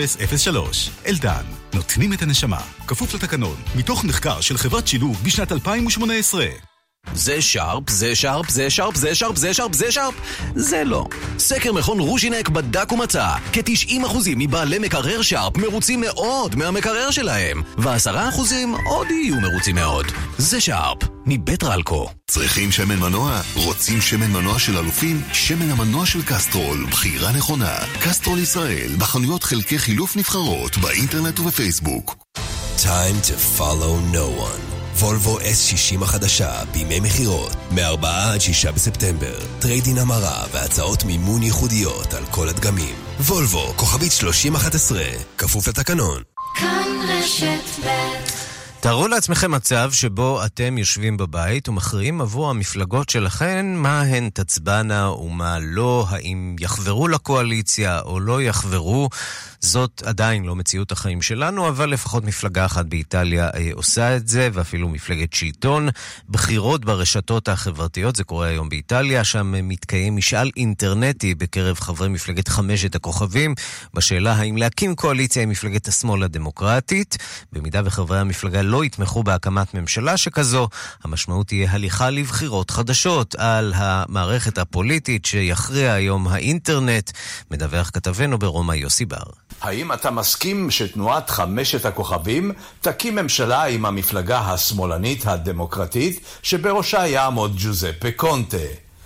3003. אלדן, נותנים את הנשמה. כפוף לתקנון, מתוך מחקר של חברת שילוב בשנת 2018. זה שרפ, זה שרפ, זה שרפ, זה שרפ, זה שרפ, זה שרפ, זה לא. סקר מכון רושינק בדק ומצא, כ-90% מבעלי מקרר שרפ מרוצים מאוד מהמקרר שלהם, ו10% עוד יהיו מרוצים מאוד. זה שרפ, מבית רלקו. צריכים שמן מנוע? רוצים שמן מנוע של אלופים? שמן המנוע של קסטרול, בחירה נכונה. קסטרול ישראל, בחנויות חלקי חילוף נבחרות, באינטרנט ובפייסבוק. Time to follow no one. וולבו S60 החדשה בימי מחירות מ-4 עד 6 בספטמבר. טריידין המרה והצעות מימון ייחודיות על כל הדגמים. וולבו, כוכבית 3011, כפוף לתקנון. כאן רשת ב'. תארו לעצמכם מצב שבו אתם יושבים בבית ומכריעים עבור המפלגות שלכם מה הן תצבנה ומה לא, האם יחברו לקואליציה או לא יחברו. זאת עדיין לא מציאות החיים שלנו, אבל לפחות מפלגה אחת באיטליה עושה את זה, ואפילו מפלגת שלטון. בחירות ברשתות החברתיות, זה קורה היום באיטליה, שם מתקיים משאל אינטרנטי בקרב חברי מפלגת 5 הכוכבים, בשאלה האם להקים קואליציה עם מפלגת השמאל הדמוקרטית. במידה וחברי המפלגה לא יתמכו בהקמת ממשלה שכזו, המשמעות תהיה הליכה לבחירות חדשות על המערכת הפוליטית שיכריע היום האינטרנט. מדווח כתבנו ברומא יוסי בר. האם אתה מסכים שתנועת 5 הכוכבים תקים ממשלה עם המפלגה השמאלנית הדמוקרטית שבראשה יעמוד ג'וזפה קונטה?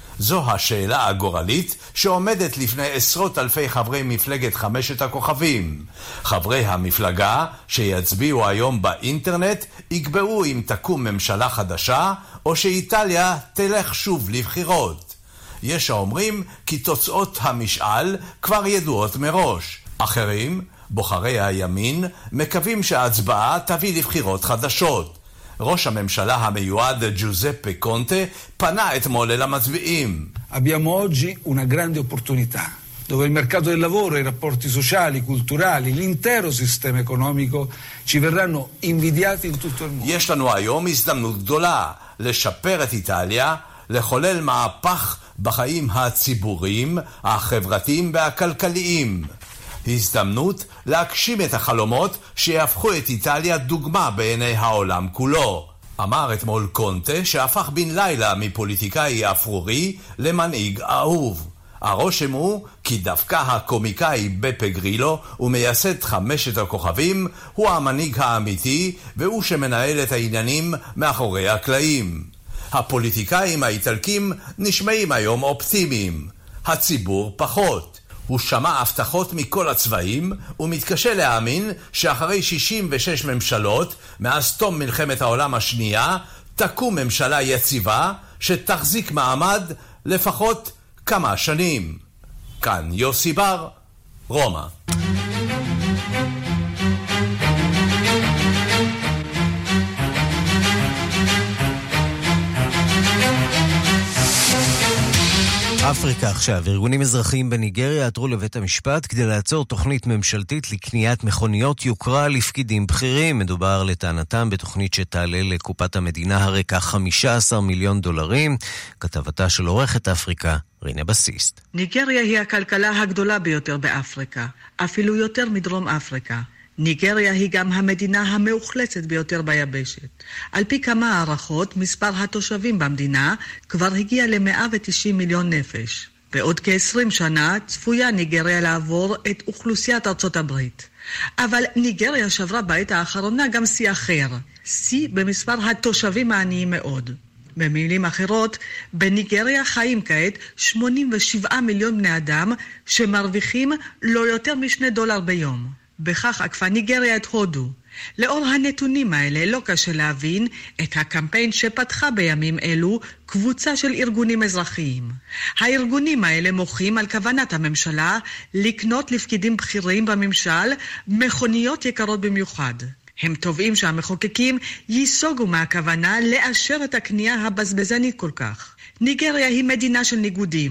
זו השאלה הגורלית שעומדת לפני עשרות אלפי חברי מפלגת 5 הכוכבים. חברי המפלגה שיצביעו היום באינטרנט יקבעו אם תקום ממשלה חדשה או שאיטליה תלך שוב לבחירות. יש האומרים כי תוצאות המשאל כבר ידועות מראש. אחרים, בוחרי הימין, מקווים שההצבעה תביא לבחירות חדשות. ראש הממשלה המיועד ג'וזפה קונטה פנה אתמול אל המצביעים. Abbiamo oggi una grande opportunità, dove il mercato del lavoro, i rapporti sociali, culturali, l'intero sistema economico ci verranno invidiati in tutto il mondo. יש לנו היום הזדמנות גדולה לשפר את איטליה, לחולל מהפך בחיים הציבוריים, החברתיים והכלכליים. הזדמנות להגשים את החלומות שיהפכו את איטליה דוגמה בעיני העולם כולו. אמר אתמול קונטה שהפך בן לילה מפוליטיקאי אפרורי למנהיג אהוב. הרושם הוא כי דווקא הקומיקאי בפה גרילו ומייסד 5 הכוכבים הוא המנהיג האמיתי והוא שמנהל את העניינים מאחורי הקלעים. הפוליטיקאים האיטלקים נשמעים היום אופטימיים, הציבור פחות. הוא שמע הבטחות מכל הצבעים ומתקשה להאמין שאחרי 66 ממשלות מאז תום מלחמת העולם השנייה תקום ממשלה יציבה שתחזיק מעמד לפחות כמה שנים. כאן יוסי בר, רומא. אפריקה עכשיו. ארגונים אזרחיים בניגריה עתרו לבית המשפט כדי לעצור תוכנית ממשלתית לקניית מכוניות יוקרה לפקידים בכירים. מדובר לטענתם בתוכנית שתעלה לקופת המדינה הרקע $15 מיליון. כתבתה של עורכת אפריקה, רינה בסיסט. ניגריה היא הכלכלה הגדולה ביותר באפריקה, אפילו יותר מדרום אפריקה. ניגריה היא גם המדינה המאוכלסת ביותר ביבשת. על פי כמה הערכות, מספר התושבים במדינה כבר הגיע ל190 מיליון נפש. בעוד כ-20 שנה צפויה ניגריה לעבור את אוכלוסיית ארצות הברית. אבל ניגריה שברה בעת האחרונה גם שיא אחר, שיא במספר התושבים העניים מאוד. במילים אחרות, בניגריה חיים כעת 87 מיליון בני אדם שמרוויחים לא יותר $2 ביום. בכך עקפה ניגריה את הודו. לאור הנתונים האלה לא קשה להבין את הקמפיין שפתחה בימים אלו קבוצה של ארגונים אזרחיים. הארגונים האלה מוחים על כוונת הממשלה לקנות לפקידים בכירים בממשל מכוניות יקרות במיוחד. הם תובעים שהמחוקקים ייסוגו מהכוונה לאשר את הקנייה הבזבזנית כל כך. ניגריה היא מדינה של ניגודים.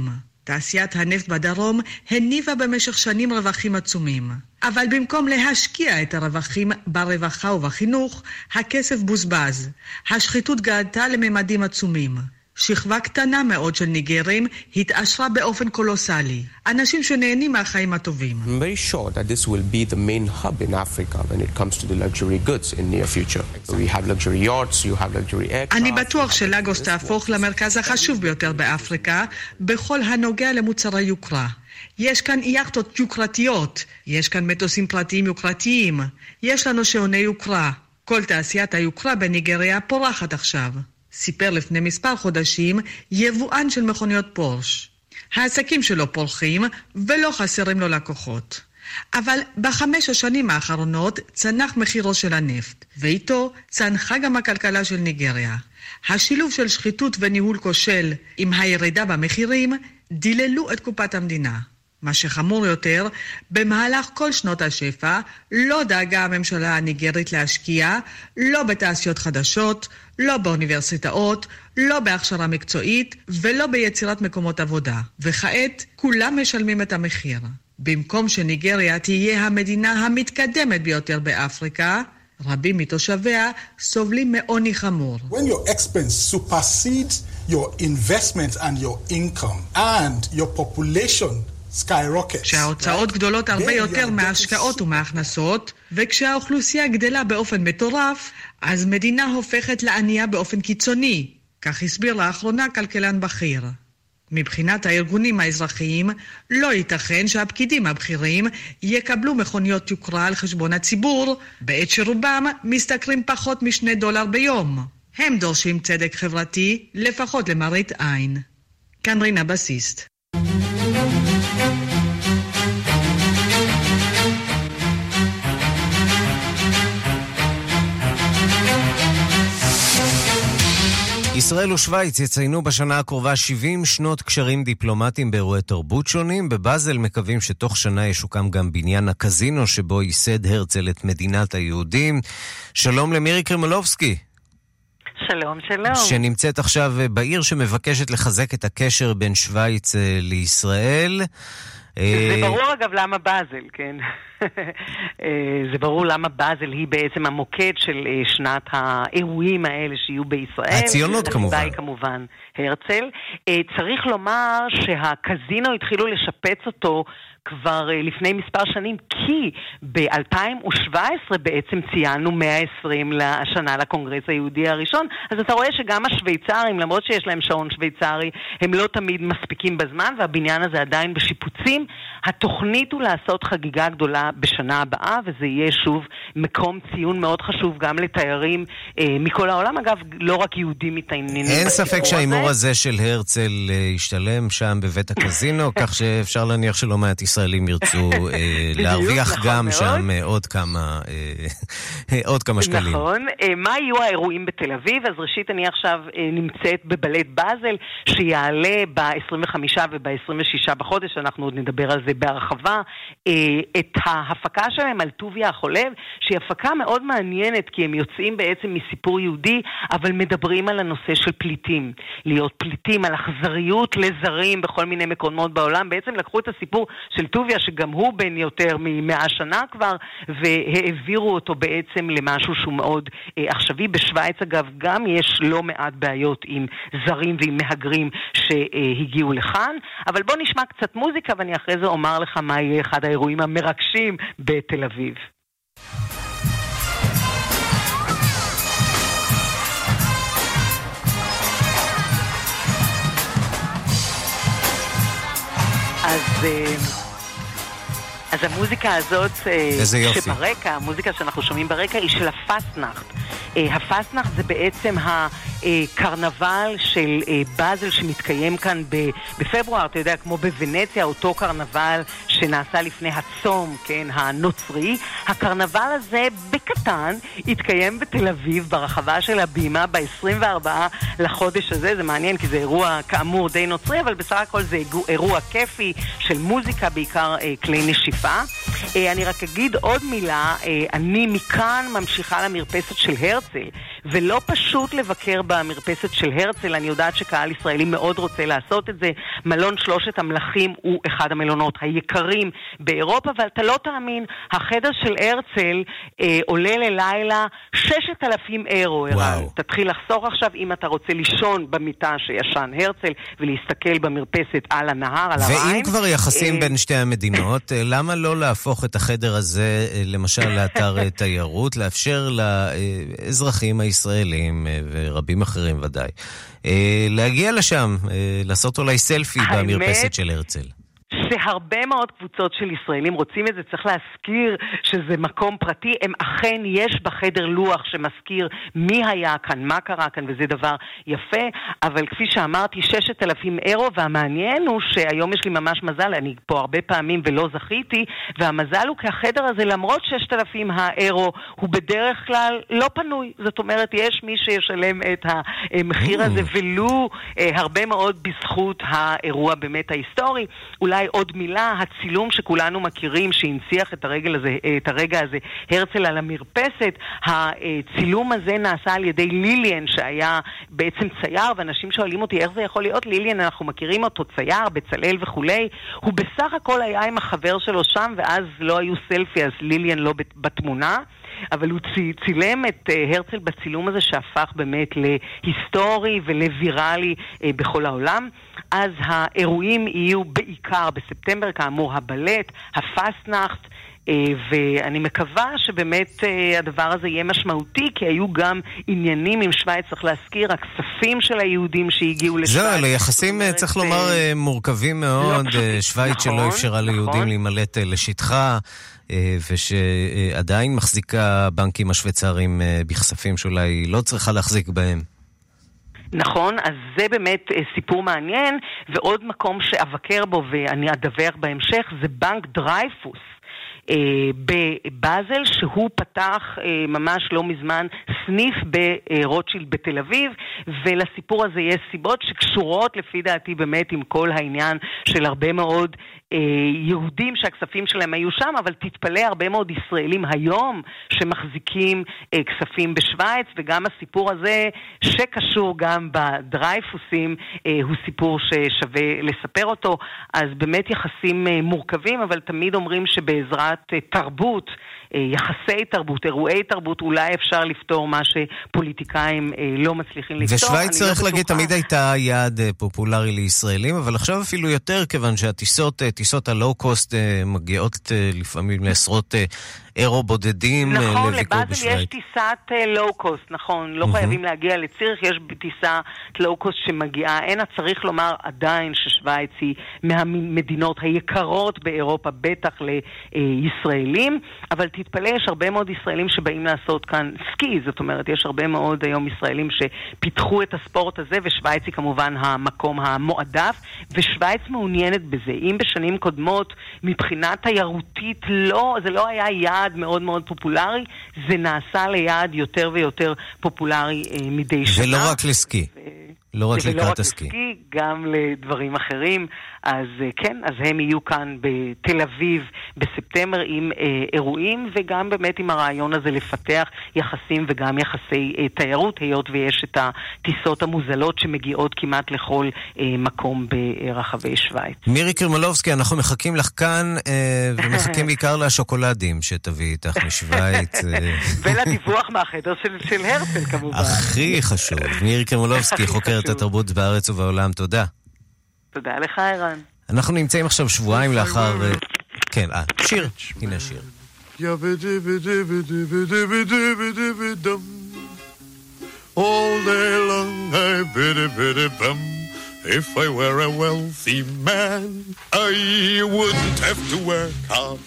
תעשיית הנפט בדרום הניבה במשך שנים רווחים עצומים. אבל במקום להשקיע את הרווחים ברווחה ובחינוך, הכסף בוזבז. השחיתות גדלה לממדים עצומים. שכבה קטנה מאוד של ניגרים התעשרה באופן קולוסלי. אנשים שנהנים מהחיים הטובים. I'm very sure that this will be the main hub in Africa when it comes to the luxury goods in near future. We have luxury yachts, you have luxury aircraft. אני בטוח שלאגוס תהפוך למרכז החשוב ביותר באפריקה בכל הנוגע למוצרי יוקרה. יש כאן יאכטות יוקרתיות, יש כאן מטוסים פרטיים יוקרתיים, יש לנו שעוני יוקרה. כל תעשיית היוקרה בניגריה פורחת עכשיו. סיפר לפני מספר חודשים יבואן של מכוניות פורש. העסקים שלו פורחים ולא חסרים לו לקוחות. אבל ב5 השנים האחרונות צנח מחירו של הנפט, ואיתו צנחה גם הכלכלה של ניגריה. השילוב של שחיתות וניהול כושל עם הירידה במחירים דיללו את קופת המדינה. מה שחמור יותר, במהלך כל שנות השפע לא דאגה הממשלה הניגרית להשקיע, לא בתעשיות חדשות, לא באוניברסיטאות, לא בהכשרה מקצועית ולא ביצירת מקומות עבודה. וכעת כולם משלמים את המחיר. במקום שניגריה תהיה המדינה המתקדמת ביותר באפריקה, רבים מתושביה סובלים מעוני חמור. When your expense supersedes your investment and your income and your population כשההוצאות גדולות הרבה יותר מההשקעות ומההכנסות, וכשהאוכלוסייה גדלה באופן מטורף, אז מדינה הופכת לענייה באופן קיצוני, כך הסביר לאחרונה כלכלן בכיר. מבחינת הארגונים האזרחיים, לא ייתכן שהפקידים הבכירים יקבלו מכוניות יוקרה על חשבון הציבור, בעת שרובם משתכרים פחות $2 ביום. הם דורשים צדק חברתי, לפחות למראית עין. כאן רינה בסיסט. ישראל ושוויץ יציינו בשנה הקרובה 70 שנות קשרים דיפלומטיים באירועי תרבות שונים. בבאזל מקווים שתוך שנה ישוקם גם בניין הקזינו שבו ייסד הרצל את מדינת היהודים. שלום למירי קרימולובסקי. שלום, שלום. שנמצאת עכשיו בעיר שמבקשת לחזק את הקשר בין שוויץ לישראל. זה ברור אגב למה באזל, כן? זה ברור למה באזל היא בעצם המוקד של שנת האירועים האלה שיהיו בישראל. הציונות כמובן. היא כמובן הרצל. צריך לומר שהקזינו התחילו לשפץ אותו כבר לפני מספר שנים, כי ב-2017 בעצם ציינו 120 לשנה לקונגרס היהודי הראשון, אז אתה רואה שגם השוויצרים, למרות שיש להם שעון שוויצרי, הם לא תמיד מספיקים בזמן, והבניין הזה עדיין בשיפוצים. התוכנית הוא לעשות חגיגה גדולה בשנה הבאה, וזה יהיה שוב מקום ציון מאוד חשוב גם לתיירים מכל העולם. אגב, לא רק יהודים מתעניינים. אין ספק שהאימור הזה של הרצל ישתלם שם בבית הקזינו, כך שאפשר להניח שלא מעט ישראלים ירצו להרוויח גם שם עוד כמה שקלים. נכון. מה יהיו האירועים בתל אביב? אז ראשית אני עכשיו נמצאת בבלט באזל, שיעלה ב-25 וב-26 בחודש, אנחנו עוד נדבר על זה בהרחבה, את ההפקה שלהם על טוביה החולב, שהיא הפקה מאוד מעניינת, כי הם יוצאים בעצם מסיפור יהודי, אבל מדברים על הנושא של פליטים. להיות פליטים, על אכזריות לזרים בכל מיני מקומות בעולם. בעצם לקחו את הסיפור של טוביה, שגם הוא בן יותר מ100 שנה כבר, והעבירו אותו בעצם למשהו שהוא מאוד עכשווי. בשוויץ אגב גם יש לא מעט בעיות עם זרים ועם מהגרים שהגיעו לכאן, אבל בוא נשמע קצת מוזיקה ואני אחרי זה אומר לך מה יהיה אחד האירועים המרגשים בתל אביב. אז המוזיקה הזאת שברקע, המוזיקה שאנחנו שומעים ברקע היא של הפסנחט. הפסנחט זה בעצם הקרנבל של באזל שמתקיים כאן בפברואר, אתה יודע, כמו בוונציה, אותו קרנבל שנעשה לפני הצום, כן, הנוצרי. הקרנבל הזה בקטן התקיים בתל אביב ברחבה של הבימה ב-24 לחודש הזה. זה מעניין כי זה אירוע כאמור די נוצרי, אבל בסך הכל זה אירוע כיפי של מוזיקה, בעיקר כלי נשיפה. אני רק אגיד עוד מילה, אני מכאן ממשיכה למרפסת של הרצל, ולא פשוט לבקר במרפסת של הרצל, אני יודעת שקהל ישראלי מאוד רוצה לעשות את זה. מלון שלושת המלכים הוא אחד המלונות היקרים באירופה, אבל אתה לא תאמין, החדר של הרצל עולה ללילה 6,000 אירו. וואו. תתחיל לחסוך עכשיו אם אתה רוצה לישון במיטה שישן הרצל, ולהסתכל במרפסת על הנהר, על הריין. ואם כבר יחסים בין שתי המדינות, למה לא להפוך את החדר הזה למשל לאתר תיירות, לאפשר לאזרחים הישראלים ורבים אחרים ודאי להגיע לשם, לעשות אולי סלפי במרפסת של הרצל? שהרבה מאוד קבוצות של ישראלים רוצים את זה, צריך להזכיר שזה מקום פרטי, הם אכן יש בחדר לוח שמזכיר מי היה כאן, מה קרה כאן, וזה דבר יפה, אבל כפי שאמרתי, 6,000 אירו, והמעניין הוא שהיום יש לי ממש מזל, אני פה הרבה פעמים ולא זכיתי, והמזל הוא כי החדר הזה, למרות 6,000 האירו, הוא בדרך כלל לא פנוי, זאת אומרת, יש מי שישלם את המחיר הזה, ולו הרבה מאוד בזכות האירוע באמת ההיסטורי. אולי עוד מילה, הצילום שכולנו מכירים שהנציח את הרגע הזה, הרצל על המרפסת, הצילום הזה נעשה על ידי ליליאן שהיה בעצם צייר, ואנשים שואלים אותי איך זה יכול להיות ליליאן, אנחנו מכירים אותו צייר, בצלאל וכולי, הוא בסך הכל היה עם החבר שלו שם, ואז לא היו סלפי, אז ליליאן לא בתמונה, אבל הוא צילם את הרצל בצילום הזה שהפך באמת להיסטורי ולוויראלי בכל העולם. אז האירועים יהיו בעיקר בספטמבר, כאמור הבלט, הפסטנחט, ואני מקווה שבאמת הדבר הזה יהיה משמעותי, כי היו גם עניינים עם שוויץ, צריך להזכיר, הכספים של היהודים שהגיעו לשוויץ. זהו, ליחסים צריך לומר מורכבים מאוד, שוויץ שלא אפשרה ליהודים להימלט לשטחה, ושעדיין מחזיקה בנקים השוויצרים בכספים שאולי לא צריכה להחזיק בהם. נכון, אז זה באמת סיפור מעניין, ועוד מקום שאבקר בו ואני אדווח בהמשך זה בנק דרייפוס בבאזל, שהוא פתח ממש לא מזמן סניף ברוטשילד בתל אביב, ולסיפור הזה יש סיבות שקשורות לפי דעתי באמת עם כל העניין של הרבה מאוד יהודים שהכספים שלהם היו שם, אבל תתפלא, הרבה מאוד ישראלים היום שמחזיקים כספים בשוויץ, וגם הסיפור הזה שקשור גם בדרייפוסים הוא סיפור ששווה לספר אותו. אז באמת יחסים מורכבים, אבל תמיד אומרים שבעזרת תרבות, יחסי תרבות, אירועי תרבות, אולי אפשר לפתור מה שפוליטיקאים לא מצליחים לפתור. ושוויץ צריך להגיד, תמיד הייתה יעד פופולרי לישראלים, אבל עכשיו אפילו יותר, כיוון שהטיסות הלואו-קוסט מגיעות לפעמים לעשרות אירו בודדים נכון, לביקור בשוויץ. לבאזל יש טיסת לואו-קוסט, נכון, לא חייבים להגיע לציריך, יש טיסה לואו-קוסט שמגיעה, אין צריך לומר עדיין ששוויץ היא מהמדינות היקרות באירופה, בטח לישראלים, אבל תתפלא, יש הרבה מאוד ישראלים שבאים לעשות כאן סקי, זאת אומרת, יש הרבה מאוד היום ישראלים שפיתחו את הספורט הזה, ושוויץ היא כמובן המקום המועדף, ושוויץ מעוניינת בזה. אם בשנים קודמות, מבחינה תיירותית, זה לא היה יעד מאוד מאוד פופולרי, זה נעשה ליעד יותר ויותר פופולרי מדי שנה. ולא רק לסקי. לא רק לקראת הסקי. גם לדברים אחרים. אז כן, אז הם יהיו כאן בתל אביב בספטמבר עם אירועים, וגם באמת עם הרעיון הזה לפתח יחסים וגם יחסי תיירות, היות ויש את הטיסות המוזלות שמגיעות כמעט לכל מקום ברחבי שוויץ. מירי קרמלובסקי, אנחנו מחכים לך כאן, ומחכים בעיקר לשוקולדים שתביא איתך משוויץ. ולדיווח מהחדר של הרצל כמובן. הכי חשוב. מירי קרמלובסקי, חוקרת התרבות בארץ ובעולם, תודה. תודה לך, ערן. אנחנו נמצאים עכשיו שבועיים לאחר... כן, שיר. הנה השיר. All day long I biddy-biddy-bum. If I were a wealthy man, I wouldn't have to work hard.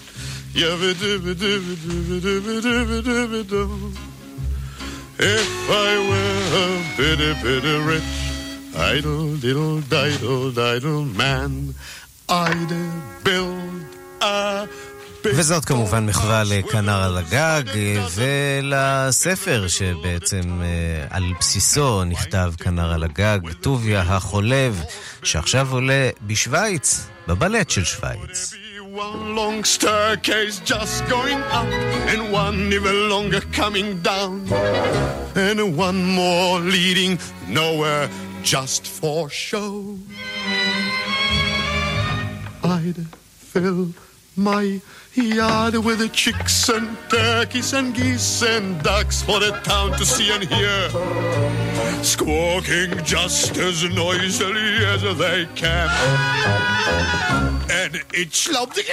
If I were a biddy-biddy-rich, idle-diddle-diddle-diddle man, I'd build a... וזאת כמובן מחווה לכנר על הגג ולספר שבעצם על בסיסו נכתב כנר על הגג, טוביה החולב, שעכשיו עולה בשוויץ, בבלט של שוויץ. one long staircase just going up, and one even longer coming down, and one more leading nowhere just for show. I'd fill my yard with the chicks and turkeys and geese and ducks for the town to see and hear, squawking just as noisily as they can. And each love the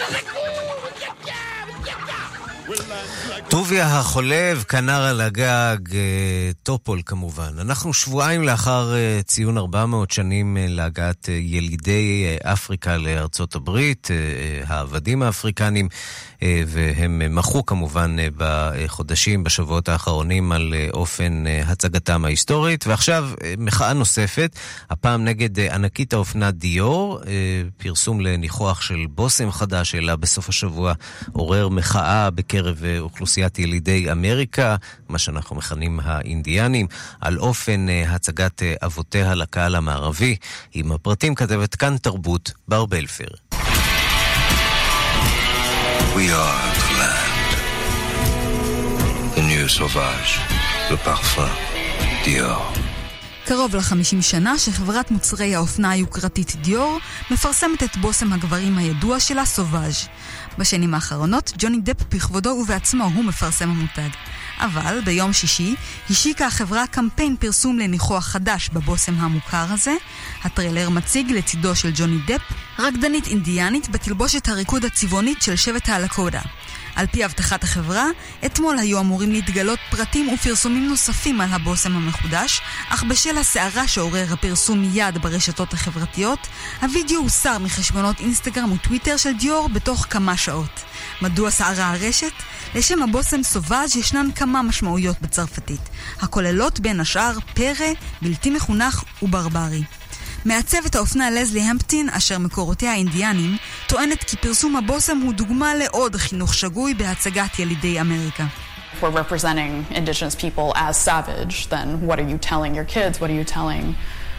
טוביה החולב, כנר על הגג, טופול כמובן. אנחנו שבועיים לאחר ציון 400 שנים להגעת ילידי אפריקה לארצות הברית, העבדים האפריקנים, והם מחו כמובן בחודשים, בשבועות האחרונים על אופן הצגתם ההיסטורית. ועכשיו מחאה נוספת, הפעם נגד ענקית האופנה דיור, פרסום לניחוח של בוסם חדש, אלא בסוף השבוע עורר מחאה בקרב אוכלוסיית ילידי אמריקה, מה שאנחנו מכנים האינדיאנים, על אופן הצגת אבותיה לקהל המערבי. עם הפרטים כתבת כאן תרבות בר בלפר. We are the land, the new sauvage, le parfum, Dior. קרוב ל-50 שנה שחברת מוצרי האופנה היוקרתית דיור מפרסמת את בוסם הגברים הידוע שלה, סובאז'. בשנים האחרונות ג'וני דפ בכבודו ובעצמו הוא מפרסם המותג. אבל ביום שישי השיקה החברה קמפיין פרסום לניחוח חדש בבוסם המוכר הזה. הטריילר מציג לצידו של ג'וני דפ רקדנית אינדיאנית בתלבושת הריקוד הצבעונית של שבט הלקודה. על פי הבטחת החברה, אתמול היו אמורים להתגלות פרטים ופרסומים נוספים על הבוסם המחודש, אך בשל הסערה שעורר הפרסום מיד ברשתות החברתיות, הווידאו הוסר מחשבונות אינסטגרם וטוויטר של דיור בתוך כמה שעות. מדוע סערה הרשת? לשם הבוסם סובאז' ישנן כמה משמעויות בצרפתית, הכוללות בין השאר פרא, בלתי מחונך וברברי. מעצבת האופנה לזלי המפטין, אשר מקורותיה האינדיאנים, טוענת כי פרסום הבוסם הוא דוגמה לעוד חינוך שגוי בהצגת ילידי אמריקה. If we're representing indigenous people as savage, then what are you telling your kids? What are you telling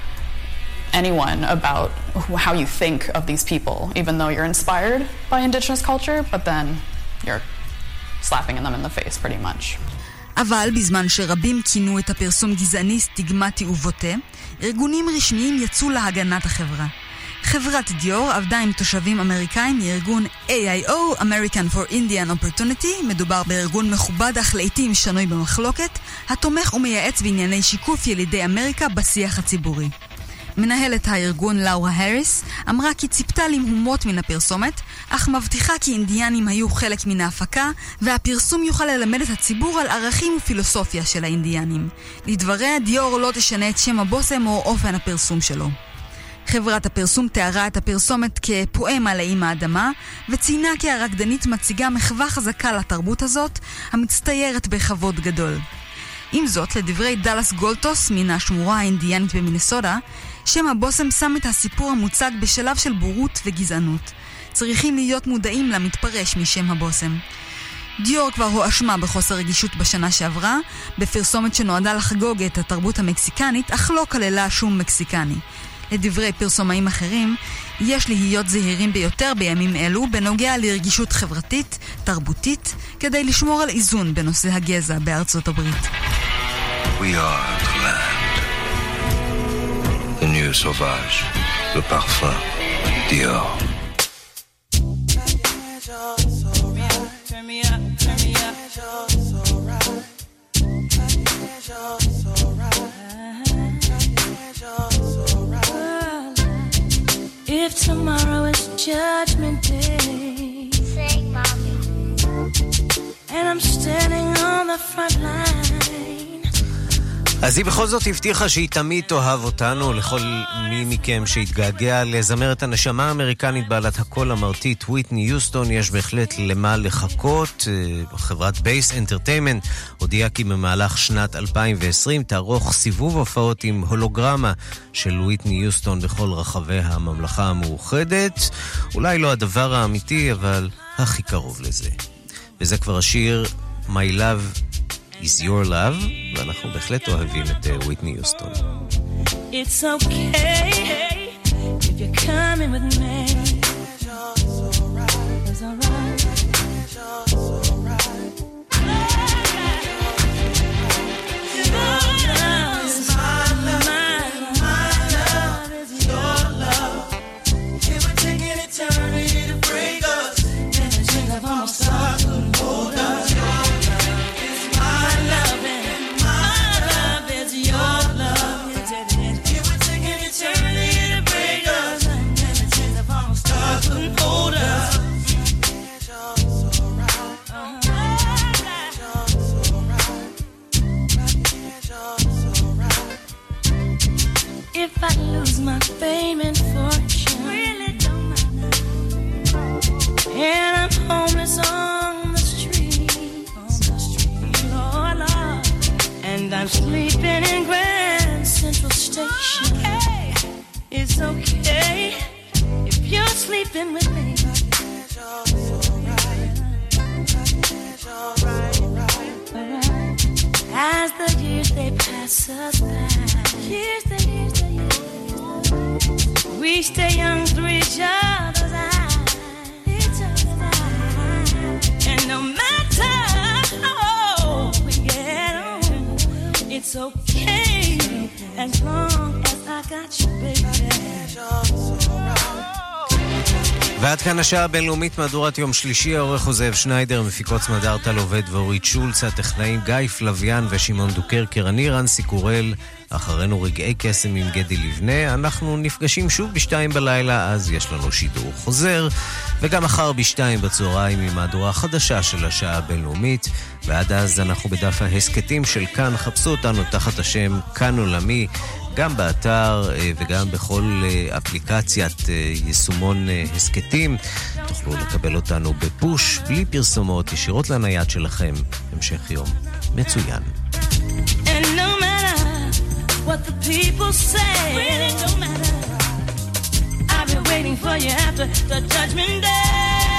anyone about how you think of these people, even though you're inspired by indigenous culture, but then you're slapping them in the face pretty much. אבל בזמן שרבים כינו את הפרסום גזעני, סטיגמטי ובוטה, ארגונים רשמיים יצאו להגנת החברה. חברת דיור עבדה עם תושבים אמריקאים מארגון AIO, American for Indian Opportunity, מדובר בארגון מכובד אך לעתים שנוי במחלוקת, התומך ומייעץ בענייני שיקוף ילידי אמריקה בשיח הציבורי. מנהלת הארגון לאורה הריס אמרה כי ציפתה למהומות מן הפרסומת, אך מבטיחה כי אינדיאנים היו חלק מן ההפקה, והפרסום יוכל ללמד את הציבור על ערכים ופילוסופיה של האינדיאנים. לדבריה, דיור לא תשנה את שם הבוסם או אופן הפרסום שלו. חברת הפרסום תיארה את הפרסומת כפואמה לאם האדמה, וציינה כי הרקדנית מציגה מחווה חזקה לתרבות הזאת, המצטיירת בכבוד גדול. עם זאת, לדברי דלס גולטוס מן השמורה האינדיאנית במינסודה, שם הבוסם שם את הסיפור המוצג בשלב של בורות וגזענות. צריכים להיות מודעים למתפרש משם הבוסם. דיור כבר הואשמה בחוסר רגישות בשנה שעברה, בפרסומת שנועדה לחגוג את התרבות המקסיקנית, אך לא כללה שום מקסיקני. לדברי פרסומאים אחרים, יש להיות זהירים ביותר בימים אלו בנוגע לרגישות חברתית, תרבותית, כדי לשמור על איזון בנושא הגזע בארצות הברית. We are the land, the new sauvage, le parfum, Dior. Turn me up, turn me up. If tomorrow is judgment day, sing, mommy. And I'm standing on the front line. אז היא בכל זאת הבטיחה שהיא תמיד תאהב אותנו. לכל מי מכם שהתגעגע לזמרת הנשמה האמריקנית בעלת הקול המרטיט וויטני יוסטון, יש בהחלט למה לחכות. חברת בייס אנטרטיימנט הודיעה כי במהלך שנת 2020 תערוך סיבוב הופעות עם הולוגרמה של וויטני יוסטון בכל רחבי הממלכה המאוחדת. אולי לא הדבר האמיתי, אבל הכי קרוב לזה. וזה כבר השיר My Love is Your Love, ואנחנו בהחלט אוהבים את וויטני יוסטון. It's okay if you're coming with me. if I lose my fame and fortune. Really don't matter. And I'm homeless on the street. Lord, Lord. And I'm sleeping in Grand Central Station. Okay. It's okay if you're sleeping with me. As the years they pass us by, years, we stay young through each other's eyes, and no matter how we get on, it's okay as long as I got you, baby. ועד כאן השעה הבינלאומית מהדורת יום שלישי, העורך הוא זאב שניידר, מפיקות סמדר טל עובד ואורית שולץ, הטכנאים גיא פלוויאן ושמעון דוקרקר, אני רנסי קורל, אחרינו רגעי קסם עם גדי לבנה, אנחנו נפגשים שוב ב-2 בלילה, אז יש לנו שידור חוזר, וגם מחר ב-2 בצהריים עם מהדורה החדשה של השעה הבינלאומית, ועד אז אנחנו בדף ההסקטים של כאן, חפשו אותנו תחת השם כאן עולמי, גם באתר וגם בכל אפליקציית יישומון הסקטים. תוכלו לקבל אותנו בפוש, בלי פרסומות, ישירות לנייד שלכם. המשך יום מצוין. And no matter what the people say, really don't matter. I've been waiting for you after the judgment day.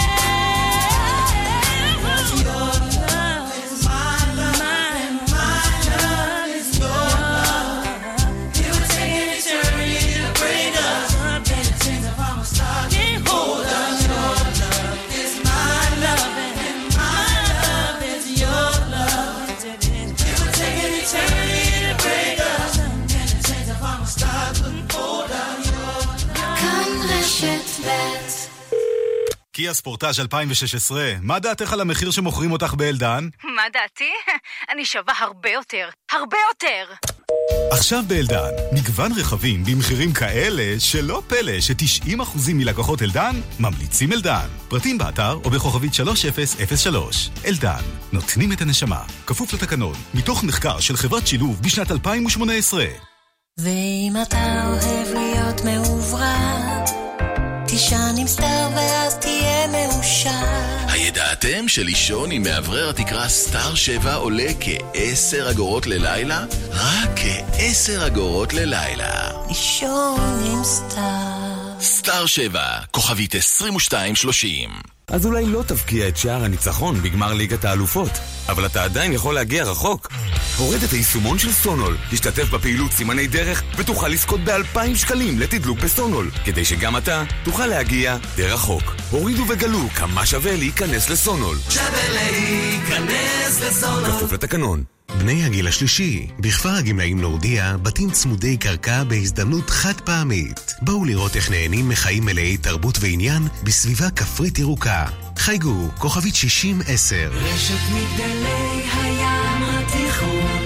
Your love is my love. My love is your love. It would take an eternity to break us up. And it seems if I'm a star, can't hold us. Your love is my love, and my love is your love. It would take an eternity to break us up. And it seems if I'm a star, couldn't hold us. כאן רשת ב' קיה ספורטאז' 2016, מה דעתך על המחיר שמוכרים אותך באלדן? מה דעתי? אני שווה הרבה יותר. הרבה יותר! עכשיו באלדן, מגוון רכבים במחירים כאלה שלא פלא ש90% מלקוחות אלדן ממליצים אלדן. פרטים באתר או בכוכבית 3003. אלדן, נותנים את הנשמה. כפוף לתקנון, מתוך מחקר של חברת שילוב בשנת 2018. ואם אתה אוהב להיות מעוברר, תישן עם סטאר ואז תהיה מאושר. הידעתם שלישון עם מעברר התקרה סטאר 7 עולה כ10 אגורות ללילה? רק כ10 אגורות ללילה. לישון עם סטאר. סטאר 7, כוכבית 2230. אז אולי לא תבקיע את שער הניצחון בגמר ליגת האלופות, אבל אתה עדיין יכול להגיע רחוק. הורד את היישומון של סונול, תשתתף בפעילות סימני דרך ותוכל לזכות ב2,000 שקלים לתדלוק בסונול, כדי שגם אתה תוכל להגיע די רחוק. הורידו וגלו כמה שווה להיכנס לסונול. שווה להיכנס לסונול. כפוף לתקנון. בני הגיל השלישי, בכפר הגמלאים נורדיה, בתים צמודי קרקע בהזדמנות חד פעמית. בואו לראות איך נהנים מחיים מלאי תרבות ועניין בסביבה כפרית ירוקה. חייגו, כוכבית 6010. רשת מגדלי הים התיכון,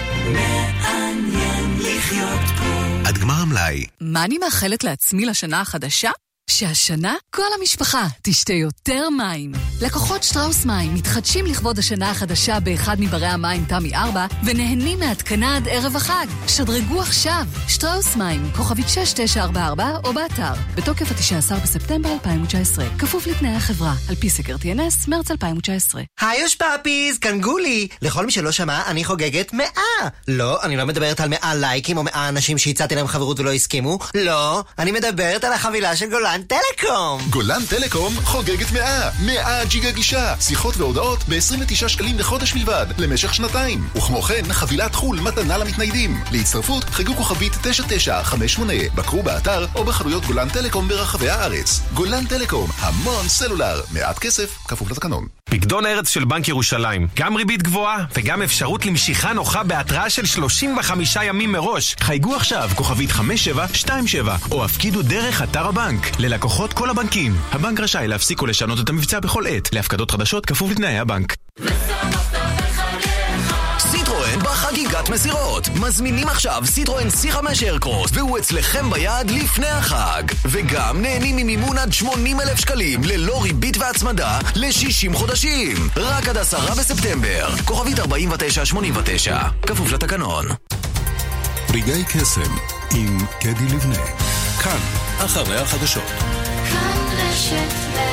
מעניין לחיות פה. עד גמר המלאי. מה אני מאחלת לעצמי לשנה החדשה? שהשנה כל המשפחה תשתה יותר מים. לקוחות שטראוס מים מתחדשים לכבוד השנה החדשה באחד מברי המים תמי 4 ונהנים מהתקנה עד ערב החג. שדרגו עכשיו. שטראוס מים, כוכבית 6944 או באתר. בתוקף 19 בספטמבר 2019. כפוף לתנאי החברה. על פי סקר TNS, מרץ 2019. היוש פאפיז, כאן גולי. לכל מי שלא שמע, אני חוגגת 100. לא, אני לא מדברת על 100 לייקים או 100 אנשים שהצעתי להם חברות ולא הסכימו. לא, אני מדברת על החבילה של גולן טלקום. גולן טלקום חוגגת 100 ג'יגה גישה, שיחות והודעות ב-29 שקלים לחודש בלבד, למשך שנתיים. וכמו כן, חבילת חול מתנה למתניידים. להצטרפות, חגו כוכבית 9958. בקרו באתר או בחנויות גולן טלקום ברחבי הארץ. גולן טלקום, המון סלולר, מעט כסף, כפוף לתקנון. פקדון ארץ של בנק ירושלים. גם ריבית גבוהה וגם אפשרות למשיכה נוחה בהתראה של 35 ימים מראש. חייגו עכשיו, כוכבית 5727, או הפקידו דרך אתר הבנק. ללקוחות כל הבנקים. הבנק רשאי להפסיק או לשנות את המבצע בכל עת. להפקדות חדשות כפוף לתנאי הבנק. סיטרואן בחגיגת מסירות. מזמינים עכשיו סיטרואן C5 איירקרוס, והוא אצלכם ביד לפני החג. וגם נהנים ממימון עד 80,000 שקלים ללא ריבית והצמדה ל-60 חודשים. רק עד 10 בספטמבר. כוכבית 4989. כפוף לתקנון. רגעי קסם עם קדי לבנה. כאן, אחרי החדשות. כאן רשת ב'